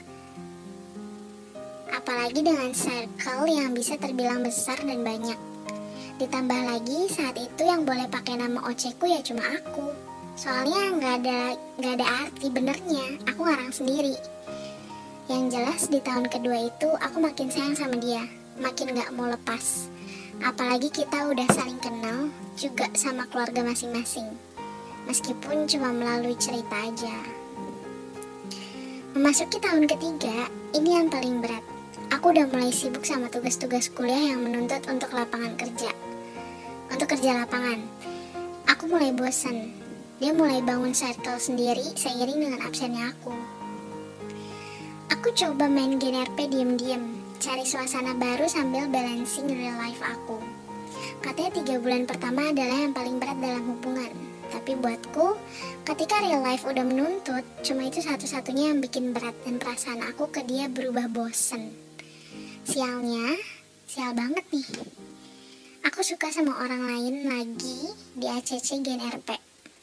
Apalagi dengan circle yang bisa terbilang besar dan banyak. Ditambah lagi saat itu yang boleh pakai nama OC ku ya cuma aku. Soalnya nggak ada arti benernya, aku ngarang sendiri. Yang jelas di tahun kedua itu aku makin sayang sama dia, makin nggak mau lepas. Apalagi kita udah saling kenal juga sama keluarga masing-masing. Meskipun cuma melalui cerita aja. Memasuki tahun ketiga, ini yang paling berat. Aku udah mulai sibuk sama tugas-tugas kuliah yang menuntut untuk lapangan kerja. Untuk kerja lapangan, aku mulai bosan. Dia mulai bangun circle sendiri seiring dengan absennya aku. Aku coba main game RP diem-diem, cari suasana baru sambil balancing real life aku. Katanya 3 bulan pertama adalah yang paling berat dalam hubungan. Tapi buatku, ketika real life udah menuntut, cuma itu satu-satunya yang bikin berat dan perasaan aku ke dia berubah bosen. Sialnya, sial banget nih. Aku suka sama orang lain lagi di ACC Gen RP.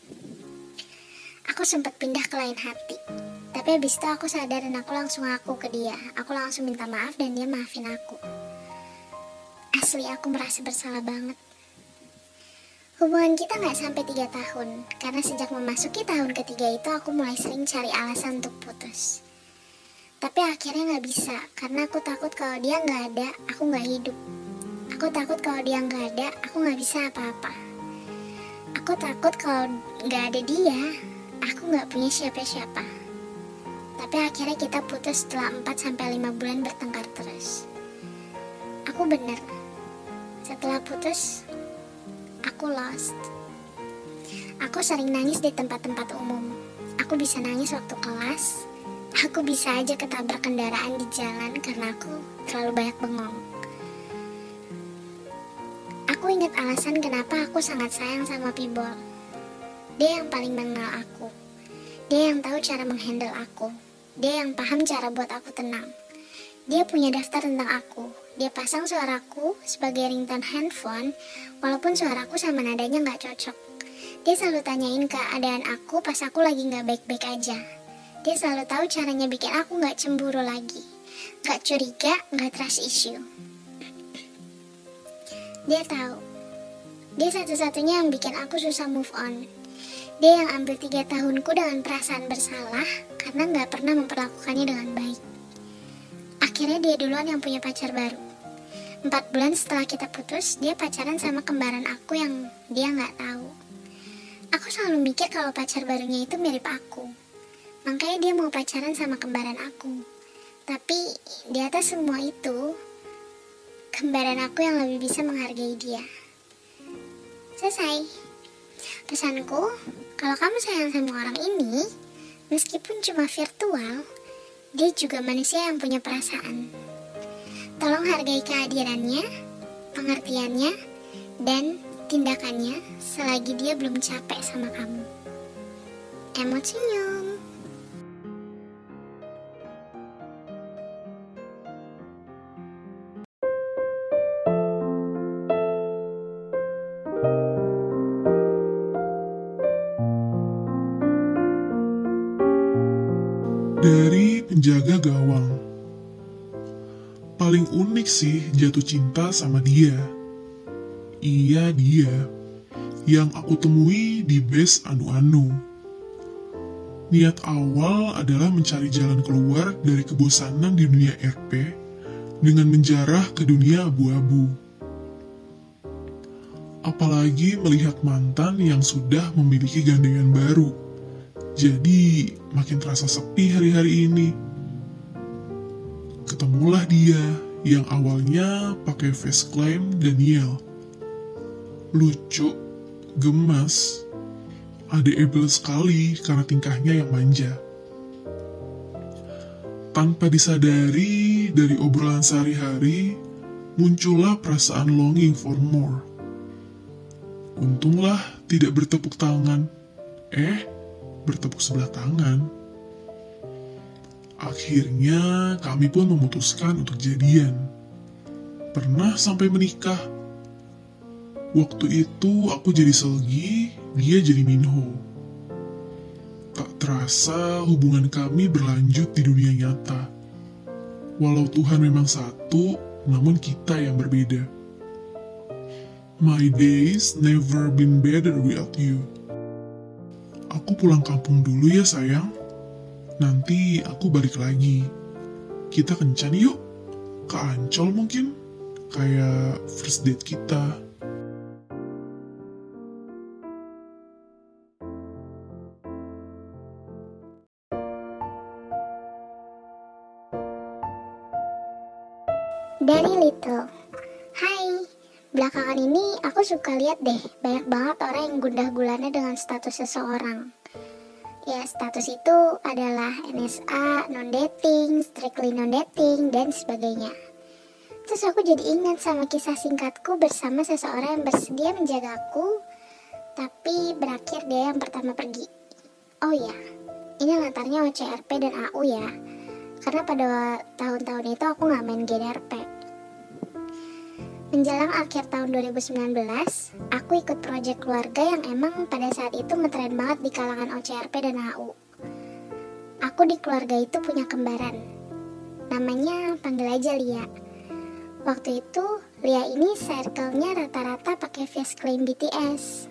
Aku sempat pindah ke lain hati. Tapi habis itu aku sadar dan aku langsung ngaku ke dia. Aku langsung minta maaf dan dia maafin aku. Asli aku merasa bersalah banget. Hubungan kita gak sampai 3 tahun. Karena sejak memasuki tahun ketiga itu aku mulai sering cari alasan untuk putus. Tapi akhirnya gak bisa, karena aku takut kalau dia gak ada, aku gak hidup. Aku takut kalau dia gak ada, aku gak bisa apa-apa. Aku takut kalau gak ada dia, aku gak punya siapa-siapa. Tapi akhirnya kita putus setelah 4-5 bulan bertengkar terus. Aku bener, setelah putus, aku lost. Aku sering nangis di tempat-tempat umum. Aku bisa nangis waktu kelas. Aku bisa aja ketabrak kendaraan di jalan karena aku terlalu banyak bengong. Aku ingat alasan kenapa aku sangat sayang sama Pibol. Dia yang paling mengenal aku. Dia yang tahu cara menghandle aku. Dia yang paham cara buat aku tenang. Dia punya daftar tentang aku. Dia pasang suaraku sebagai ringtone handphone, walaupun suaraku sama nadanya gak cocok. Dia selalu tanyain keadaan aku pas aku lagi gak baik-baik aja. Dia selalu tahu caranya bikin aku gak cemburu lagi, gak curiga, gak trust issue. Dia tahu, dia satu-satunya yang bikin aku susah move on. Dia yang ambil 3 tahunku dengan perasaan bersalah karena gak pernah memperlakukannya dengan baik. Akhirnya dia duluan yang punya pacar baru. 4 bulan setelah kita putus, dia pacaran sama kembaran aku yang dia gak tahu. Aku selalu mikir kalau pacar barunya itu mirip aku. Makanya dia mau pacaran sama kembaran aku. Tapi di atas semua itu, kembaran aku yang lebih bisa menghargai dia. Selesai. Pesanku, kalau kamu sayang sama orang ini, meskipun cuma virtual, dia juga manusia yang punya perasaan. Tolong hargai kehadirannya, pengertiannya, dan tindakannya selagi dia belum capek sama kamu. Emosinyum.
Dari penjaga gawang. Paling unik sih jatuh cinta sama dia. Iya dia, yang aku temui di base anu-anu. Niat awal adalah mencari jalan keluar dari kebosanan di dunia RP dengan menjarah ke dunia abu-abu. Apalagi melihat mantan yang sudah memiliki gandengan baru. Jadi makin terasa sepi hari-hari ini. Ketemulah dia yang awalnya pakai face claim Daniel. Lucu, gemas, adorable sekali karena tingkahnya yang manja. Tanpa disadari dari obrolan sehari-hari, muncullah perasaan longing for more. Untunglah tidak bertepuk tangan. Bertepuk sebelah tangan. Akhirnya kami pun memutuskan untuk jadian. Pernah sampai menikah. Waktu itu aku jadi Selgi, dia jadi Minho. Tak terasa hubungan kami berlanjut di dunia nyata. Walau Tuhan memang satu, namun kita yang berbeda. My days never been better without you. Aku pulang kampung dulu ya sayang. Nanti aku balik lagi. Kita kencan yuk. Ke Ancol mungkin. Kayak first date kita.
Dari Little. Hai, belakangan ini aku suka lihat deh, banyak banget orang yang gundah gulana dengan status seseorang. Ya, status itu adalah NSA, non-dating, strictly non-dating, dan sebagainya. Terus aku jadi ingat sama kisah singkatku bersama seseorang yang bersedia menjagaku, tapi berakhir dia yang pertama pergi. Oh ya, ini latarnya OCRP dan AU ya. Karena pada tahun-tahun itu aku gak main GDRP. Menjelang akhir tahun 2019, aku ikut proyek keluarga yang emang pada saat itu ngetren banget di kalangan OCRP dan AU. Aku di keluarga itu punya kembaran. Namanya panggil aja Lia. Waktu itu, Lia ini circle-nya rata-rata pakai face claim BTS.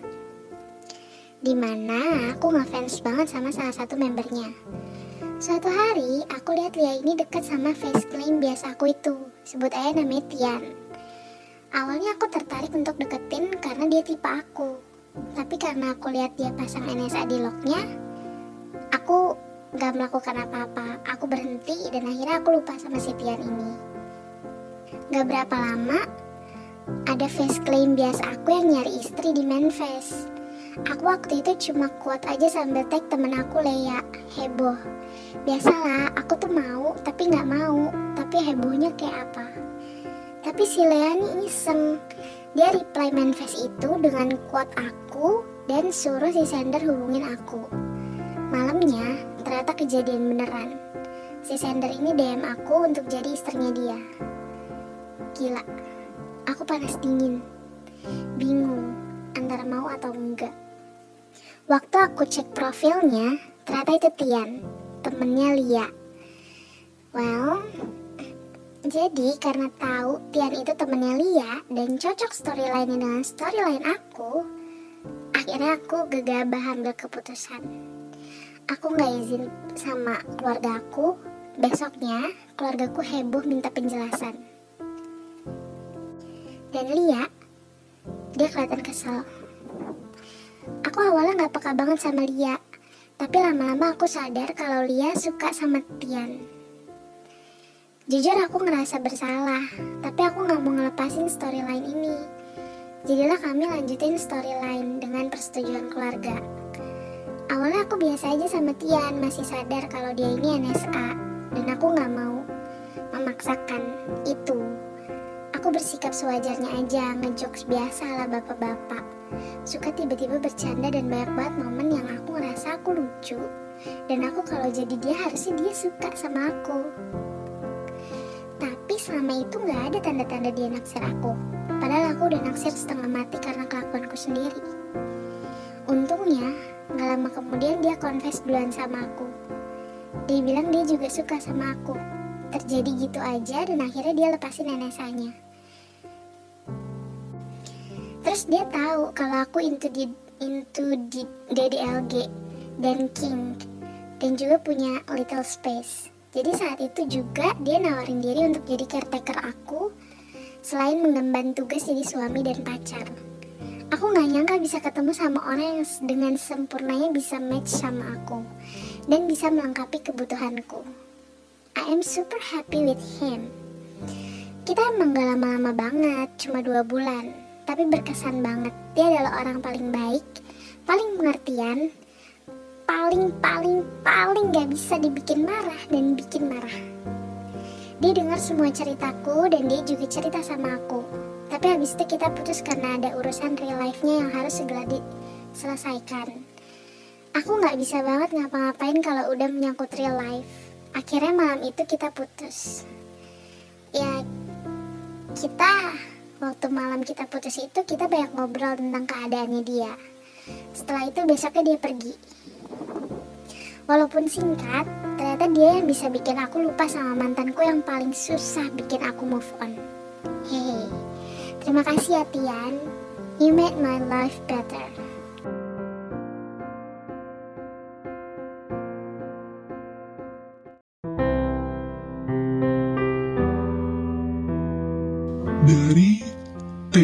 Dimana aku ngefans banget sama salah satu membernya. Suatu hari, aku lihat Lia ini dekat sama face claim bias aku itu. Sebut aja namanya Tian. Awalnya aku tertarik untuk deketin karena dia tipe aku. Tapi karena aku lihat dia pasang NSA di locknya, aku gak melakukan apa-apa. Aku berhenti dan akhirnya aku lupa sama si Tian ini. Gak berapa lama, ada face claim bias aku yang nyari istri di Manfest. Aku waktu itu cuma quote aja sambil tag temen aku Lea, heboh. Biasalah, aku tuh mau, tapi gak mau. Tapi hebohnya kayak apa? Tapi si Lea nih iseng. Dia reply Manfest itu dengan quote aku dan suruh si sender hubungin aku. Malamnya, ternyata kejadian beneran. Si sender ini DM aku untuk jadi istrinya dia. Gila, aku panas dingin. Bingung antara mau atau enggak. Waktu aku cek profilnya, ternyata itu Tian, temennya Lia. Well, jadi karena tahu Tian itu temennya Lia dan cocok storyline dengan storyline aku, akhirnya aku gegabah ambil keputusan. Aku gak izin sama keluarga aku. Besoknya, keluargaku heboh minta penjelasan. Dan Lia, dia kelihatan kesel. Aku awalnya gak peka banget sama Lia, tapi lama-lama aku sadar kalau Lia suka sama Tian. Jujur aku ngerasa bersalah, tapi aku gak mau ngelepasin storyline ini. Jadilah kami lanjutin storyline dengan persetujuan keluarga. Awalnya aku biasa aja sama Tian, masih sadar kalau dia ini NSA, dan aku gak mau memaksakan itu. Aku bersikap sewajarnya aja, ngejokes biasa ala bapak-bapak. Suka tiba-tiba bercanda dan banyak banget momen yang aku ngerasa aku lucu. Dan aku kalau jadi dia harusnya dia suka sama aku. Tapi selama itu gak ada tanda-tanda dia naksir aku. Padahal aku udah naksir setengah mati karena kelakuanku sendiri. Untungnya, gak lama kemudian dia confess duluan sama aku. Dia bilang dia juga suka sama aku. Terjadi gitu aja dan akhirnya dia lepasin NSA-nya. Terus dia tahu kalau aku into DDLG dan King dan juga punya Little Space. Jadi saat itu juga dia nawarin diri untuk jadi caretaker aku selain mengemban tugas jadi suami dan pacar. Aku gak nyangka bisa ketemu sama orang yang dengan sempurnanya bisa match sama aku dan bisa melengkapi kebutuhanku. I am super happy with him. Kita emang gak lama-lama banget, cuma 2 bulan. Tapi berkesan banget. Dia adalah orang paling baik, paling pengertian, paling gak bisa dibikin marah dan bikin marah. Dia dengar semua ceritaku dan dia juga cerita sama aku. Tapi habis itu kita putus karena ada urusan real life-nya yang harus segera diselesaikan. Aku gak bisa banget ngapa-ngapain kalau udah menyangkut real life. Akhirnya malam itu kita putus. Ya, waktu malam kita putus itu kita banyak ngobrol tentang keadaannya dia. Setelah itu besoknya dia pergi. Walaupun singkat, ternyata dia yang bisa bikin aku lupa sama mantanku yang paling susah bikin aku move on. Hehe. Terima kasih ya Tian. You made my life better.
Dari T.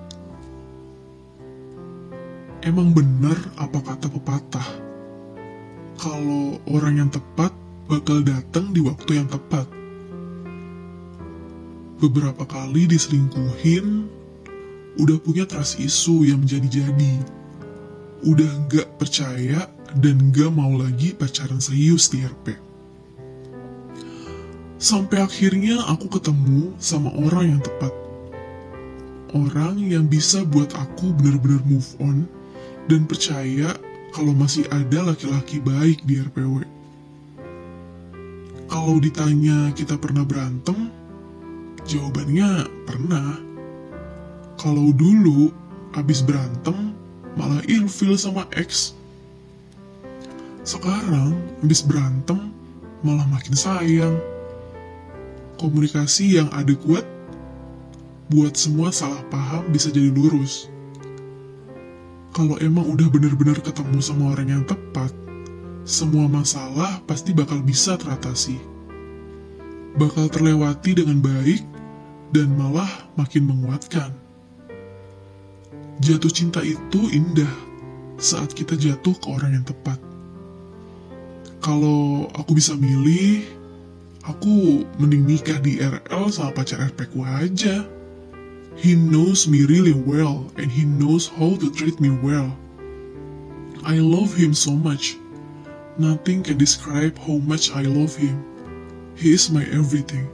Emang bener apa kata pepatah? Kalau orang yang tepat bakal datang di waktu yang tepat. Beberapa kali diselingkuhin, udah punya trust issue yang menjadi-jadi. Udah gak percaya dan gak mau lagi pacaran serius di RP. Sampai akhirnya aku ketemu sama orang yang tepat. Orang yang bisa buat aku benar-benar move on dan percaya kalau masih ada laki-laki baik di RPW. Kalau ditanya kita pernah berantem, jawabannya pernah. Kalau dulu abis berantem malah ilfil sama ex. Sekarang abis berantem malah makin sayang. Komunikasi yang adekuat buat semua salah paham bisa jadi lurus. Kalau emang udah bener-bener ketemu sama orang yang tepat, semua masalah pasti bakal bisa teratasi. Bakal terlewati dengan baik dan malah makin menguatkan. Jatuh cinta itu indah saat kita jatuh ke orang yang tepat. Kalau aku bisa milih, aku mending nikah di RL sama pacar RP ku aja. He knows me really well and he knows how to treat me well. I love him so much. Nothing can describe how much I love him. He is my everything.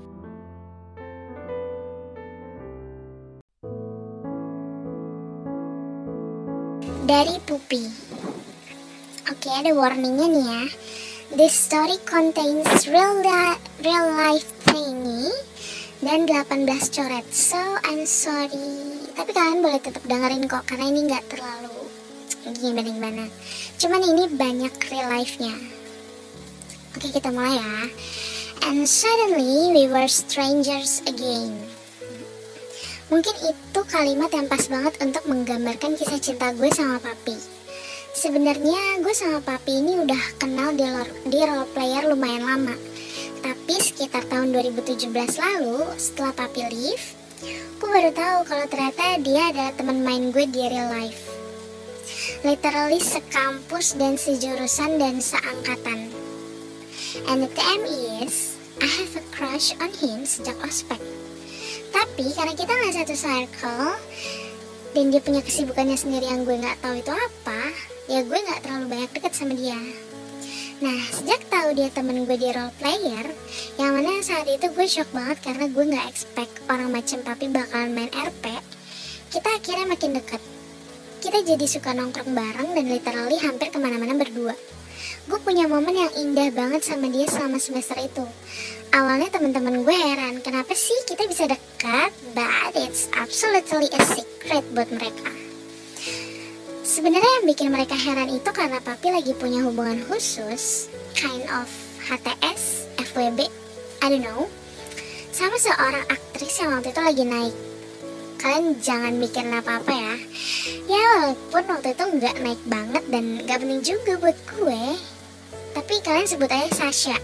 Dari Pupi. Oke, ada warningnya nih ya. This story contains real life thingy dan 18 coret. So, I'm sorry. Tapi kalian boleh tetap dengerin kok, karena ini gak terlalu gimana-gimana. Cuman ini banyak real life-nya. Oke, kita mulai ya. And suddenly we were strangers again. Mungkin itu kalimat yang pas banget untuk menggambarkan kisah cinta gue sama Papi. Sebenarnya gue sama Papi ini udah kenal di role player lumayan lama. Tapi sekitar tahun 2017 lalu, setelah Papi leave, aku baru tahu kalau ternyata dia adalah teman main gue di real life. Literally sekampus dan sejurusan dan seangkatan. And the thing is, I have a crush on him sejak ospek. Tapi karena kita gak satu circle, dan dia punya kesibukannya sendiri yang gue gak tahu itu apa, ya gue gak terlalu banyak deket sama dia. Nah, sejak tahu dia temen gue di role player, yang mana saat itu gue shock banget karena gue gak expect orang macam Papi bakalan main RP, kita akhirnya makin deket. Kita jadi suka nongkrong bareng dan literally hampir kemana-mana berdua. Gue punya momen yang indah banget sama dia selama semester itu. Awalnya teman-teman gue heran, kenapa sih kita bisa dekat, but it's absolutely a secret buat mereka. Sebenarnya yang bikin mereka heran itu karena Papi lagi punya hubungan khusus, kind of HTS, FWB, I don't know, sama seorang aktris yang waktu itu lagi naik. Kalian jangan mikirin apa-apa ya. Ya walaupun waktu itu nggak naik banget dan nggak penting juga buat gue, tapi kalian sebut aja Sasha.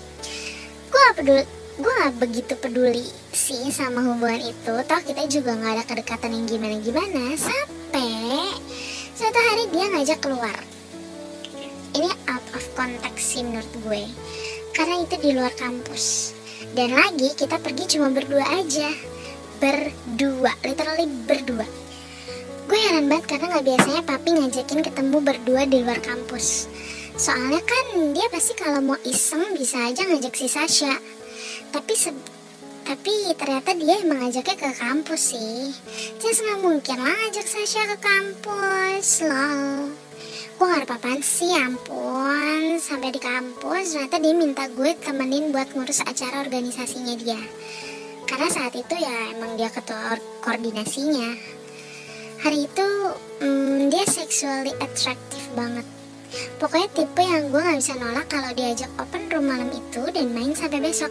Gue gak begitu peduli sih sama hubungan itu. Toh kita juga gak ada kedekatan yang gimana-gimana. Sampai suatu hari dia ngajak keluar. Ini out of context sih menurut gue, karena itu di luar kampus. Dan lagi kita pergi cuma berdua aja. Berdua, literally berdua. Gue heran banget karena gak biasanya papi ngajakin ketemu berdua di luar kampus. Soalnya kan dia pasti kalau mau iseng bisa aja ngajak si Sasha. Tapi ternyata dia emang ngajaknya ke kampus sih. Just gak mungkin lah ngajak Sasha ke kampus. Lol. Gue gak ada apa-apaan sih, ampun. Sampai di kampus ternyata dia minta gue temenin buat ngurus acara organisasinya dia. Karena saat itu ya emang dia ketua koordinasinya. Hari itu dia sexually attractive banget. Pokoknya tipe yang gue gak bisa nolak kalau diajak open room malam itu dan main sampai besok.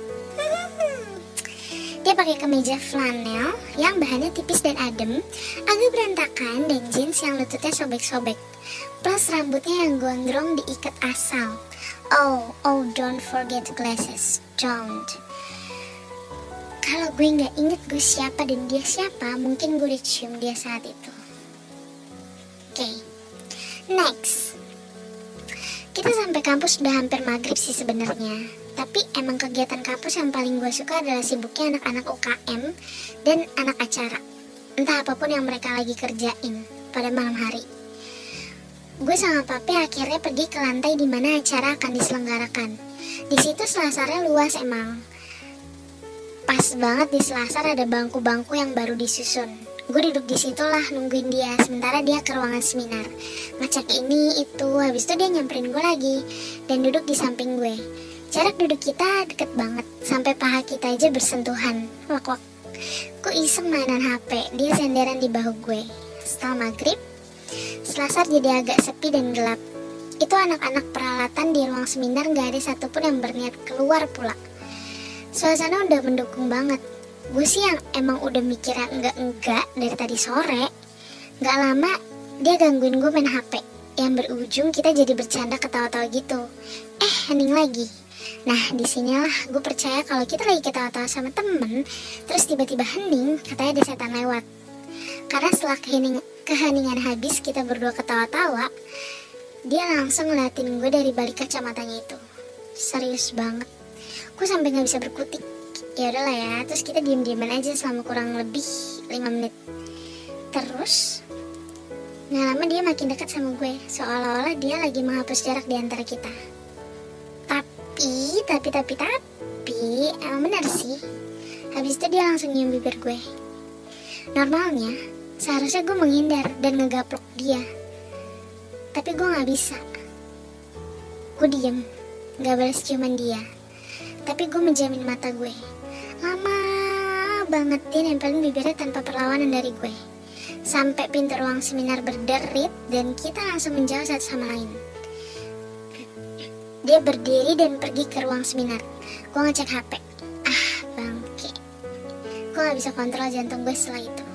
Dia pakai kemeja flanel yang bahannya tipis dan adem, agak berantakan, dan jeans yang lututnya sobek-sobek. Plus rambutnya yang gondrong diikat asal. Oh, don't forget glasses. Don't. Kalau gue nggak inget gue siapa dan dia siapa, mungkin gue udah cium dia saat itu. Oke. Next. Kita sampai kampus udah hampir maghrib sih sebenarnya. Tapi emang kegiatan kampus yang paling gue suka adalah sibuknya anak-anak UKM dan anak acara. Entah apapun yang mereka lagi kerjain pada malam hari. Gue sama papi akhirnya pergi ke lantai di mana acara akan diselenggarakan. Di situ selasarnya luas emang. Pas banget di selasar ada bangku-bangku yang baru disusun. Gue duduk di situ lah nungguin dia, sementara dia ke ruangan seminar. Ngecek ini, itu, habis itu dia nyamperin gue lagi dan duduk di samping gue. Jarak duduk kita deket banget, sampai paha kita aja bersentuhan. Wak-wak. Gue iseng mainan HP, dia senderan di bahu gue. Setelah maghrib, selasar jadi agak sepi dan gelap. Itu anak-anak peralatan di ruang seminar gak ada satupun yang berniat keluar pula. Suasana udah mendukung banget. Gue sih yang emang udah mikirnya enggak dari tadi sore. Gak lama dia gangguin gue main HP, yang berujung kita jadi bercanda ketawa-tawa gitu. Hening lagi. Nah disinilah gue percaya kalau kita lagi ketawa-tawa sama temen, terus tiba-tiba hening, katanya ada setan lewat. Karena setelah keheningan habis kita berdua ketawa-tawa, dia langsung ngeliatin gue dari balik kacamatanya itu. Serius banget. Gue sampai gak bisa berkutik. Ya udahlah ya, terus kita diem-dieman aja selama kurang lebih 5 menit. Terus gak lama dia makin dekat sama gue, seolah-olah dia lagi menghapus jarak di antara kita. Tapi emang benar sih. Habis itu dia langsung nyium bibir gue. Normalnya seharusnya gue menghindar dan ngegaplok dia, tapi gue gak bisa. Gue diem, gak balas ciuman dia, tapi gue menjamin mata gue. Lama banget dia nempelin bibirnya tanpa perlawanan dari gue. Sampai pintu ruang seminar berderit dan kita langsung menjauh satu sama lain. Dia berdiri dan pergi ke ruang seminar. Gue ngecek HP. Bangke. Gue gak bisa kontrol jantung gue setelah itu.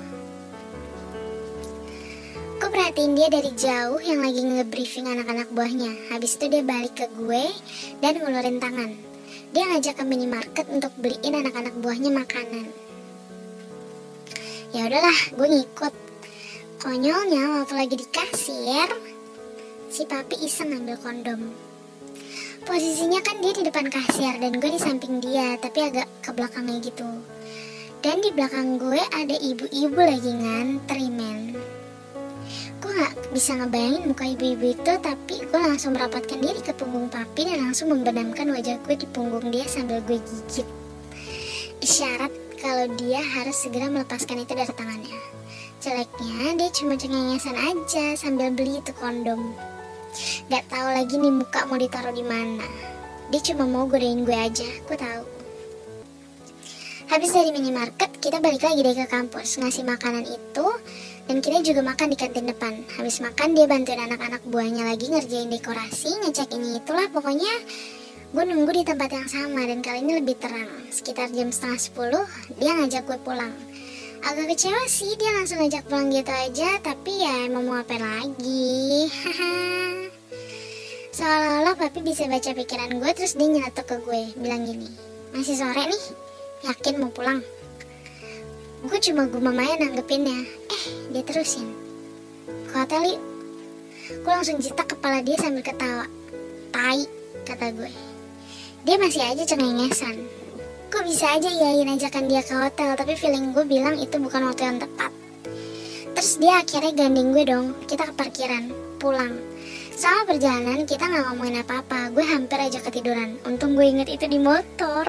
Gue perhatiin dia dari jauh yang lagi nge-briefing anak-anak buahnya. Habis itu dia balik ke gue dan ngulurin tangan. Dia ngajak ke minimarket untuk beliin anak-anak buahnya makanan. Ya udahlah, gue ngikut. Konyolnya waktu lagi di kasir, si papi iseng ngambil kondom. Posisinya kan dia di depan kasir dan gue di samping dia, tapi agak ke belakangnya gitu. Dan di belakang gue ada ibu-ibu lagi ngantri, men. Gue gak bisa ngebayangin muka ibu-ibu itu, tapi gue langsung merapatkan diri ke punggung papi dan langsung membenamkan wajah gue di punggung dia sambil gue gigit. Isyarat kalau dia harus segera melepaskan itu dari tangannya. Jeleknya dia cuma cengengesan aja sambil beli itu kondom. Gak tahu lagi nih muka mau ditaruh di mana. Dia cuma mau godain gue aja, gue tahu. Habis dari minimarket, kita balik lagi deh ke kampus ngasih makanan itu, dan kita juga makan di kantin depan. Habis makan dia bantuin anak-anak buahnya lagi ngerjain dekorasi, ngecek ini itulah. Pokoknya gue nunggu di tempat yang sama dan kali ini lebih terang. Sekitar jam 9:30 dia ngajak gue pulang. Agak kecewa sih dia langsung ngajak pulang gitu aja, tapi ya emang mau apa lagi. Seolah-olah papi bisa baca pikiran gue, terus dia nyeletuk ke gue, bilang gini, masih sore nih, yakin mau pulang? Gue cuma gumam aja nanggepinnya. Dia terusin, ke hotel yuk. Gue langsung jitak kepala dia sambil ketawa. Tai, kata gue. Dia masih aja cengengesan. Gue bisa aja yain ajakan dia ke hotel, tapi feeling gue bilang itu bukan waktu yang tepat. Terus dia akhirnya gandeng gue dong, kita ke parkiran, pulang. Selama perjalanan kita gak ngomongin apa-apa, gue hampir aja ketiduran. Untung gue inget itu di motor.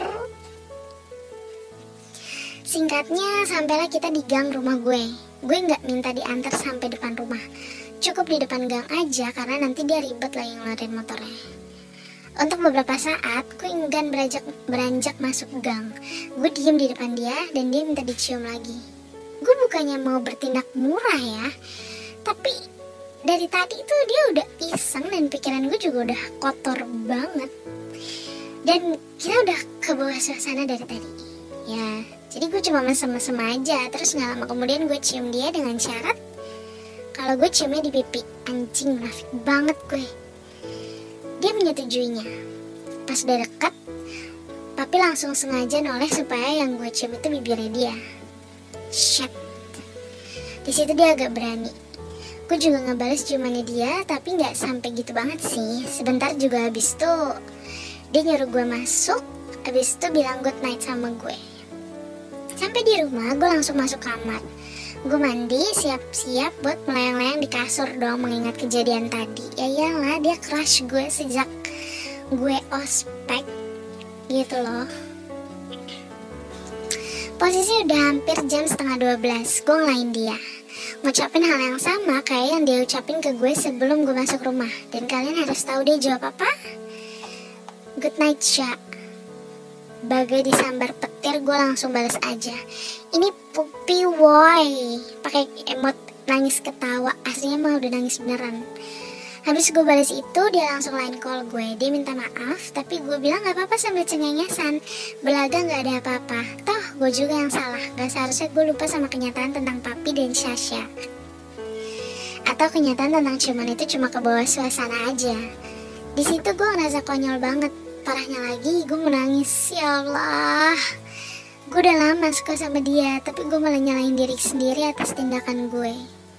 Singkatnya, sampailah kita di gang rumah gue. Gue gak minta diantar sampai depan rumah, cukup di depan gang aja karena nanti dia ribet lagi ngeluarin motornya. Untuk beberapa saat, gue enggan beranjak masuk gang. Gue diem di depan dia dan dia minta dicium lagi. Gue bukannya mau bertindak murah ya, tapi dari tadi tuh dia udah iseng dan pikiran gue juga udah kotor banget. Dan kita udah ke bawah suasana dari tadi. Ya, jadi gue cuma mesem-mesem aja. Terus gak lama kemudian gue cium dia dengan syarat kalau gue ciumnya di pipi. Anjing, munafik banget gue. Dia menyetujuinya. Pas udah dekat, papi langsung sengaja noleh supaya yang gue cium itu bibirnya dia. Shit. Di situ dia agak berani. Gue juga ngebales ciumannya dia, tapi nggak sampai gitu banget sih. Sebentar juga habis itu dia nyuruh gue masuk, habis itu bilang good night sama gue. Sampai di rumah, gue langsung masuk kamar. Gue mandi, siap-siap buat melayang-layang di kasur dong mengingat kejadian tadi. Ya iyalah, dia crush gue sejak gue ospek gitu loh. Posisi udah hampir jam 11:30, gue ngelain dia. Ngucapin hal yang sama kayak yang dia ucapin ke gue sebelum gue masuk rumah. Dan kalian harus tahu dia jawab apa? Good night, Sya. Bagai disambar petir, gue langsung balas aja. Ini pupi woi, pakai emot nangis ketawa. Aslinya mah udah nangis beneran. Habis gue balas itu, dia langsung line call gue. Dia minta maaf, tapi gue bilang gak apa-apa sambil cengengesan. Belaga gak ada apa-apa. Toh gue juga yang salah. Gak seharusnya gue lupa sama kenyataan tentang papi dan Sasha. Atau kenyataan tentang ciuman itu cuma ke bawah suasana aja. Di situ gue ngerasa konyol banget. Parahnya lagi, gue menangis. Ya Allah, gue udah lama suka sama dia, tapi gue malah nyalain diri sendiri atas tindakan gue.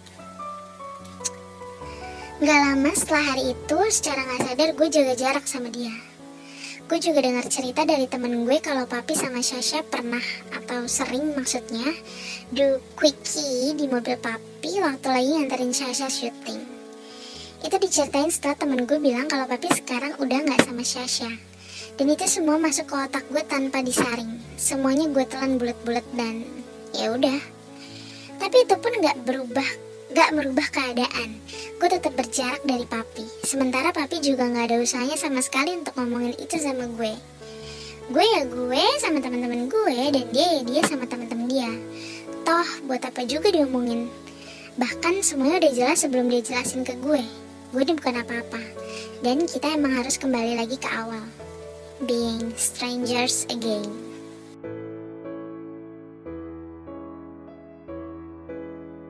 Gak lama setelah hari itu, secara gak sadar gue jaga jarak sama dia. Gue juga dengar cerita dari temen gue kalau papi sama Sasha pernah, atau sering maksudnya, do quickie di mobil papi waktu lagi nganterin Sasha syuting. Itu diceritain setelah temen gue bilang kalau papi sekarang udah gak sama Sasha. Dan itu semua masuk ke otak gue tanpa disaring. Semuanya gue telan bulat-bulat dan ya udah. Tapi itu pun gak merubah keadaan. Gue tetap berjarak dari papi. Sementara papi juga gak ada usahanya sama sekali untuk ngomongin itu sama gue. Gue ya gue sama teman-teman gue, dan dia ya dia sama teman-teman dia. Toh buat apa juga diomongin. Bahkan semuanya udah jelas sebelum dia jelasin ke gue. Gue ini bukan apa-apa. Dan kita emang harus kembali lagi ke awal. Being strangers again.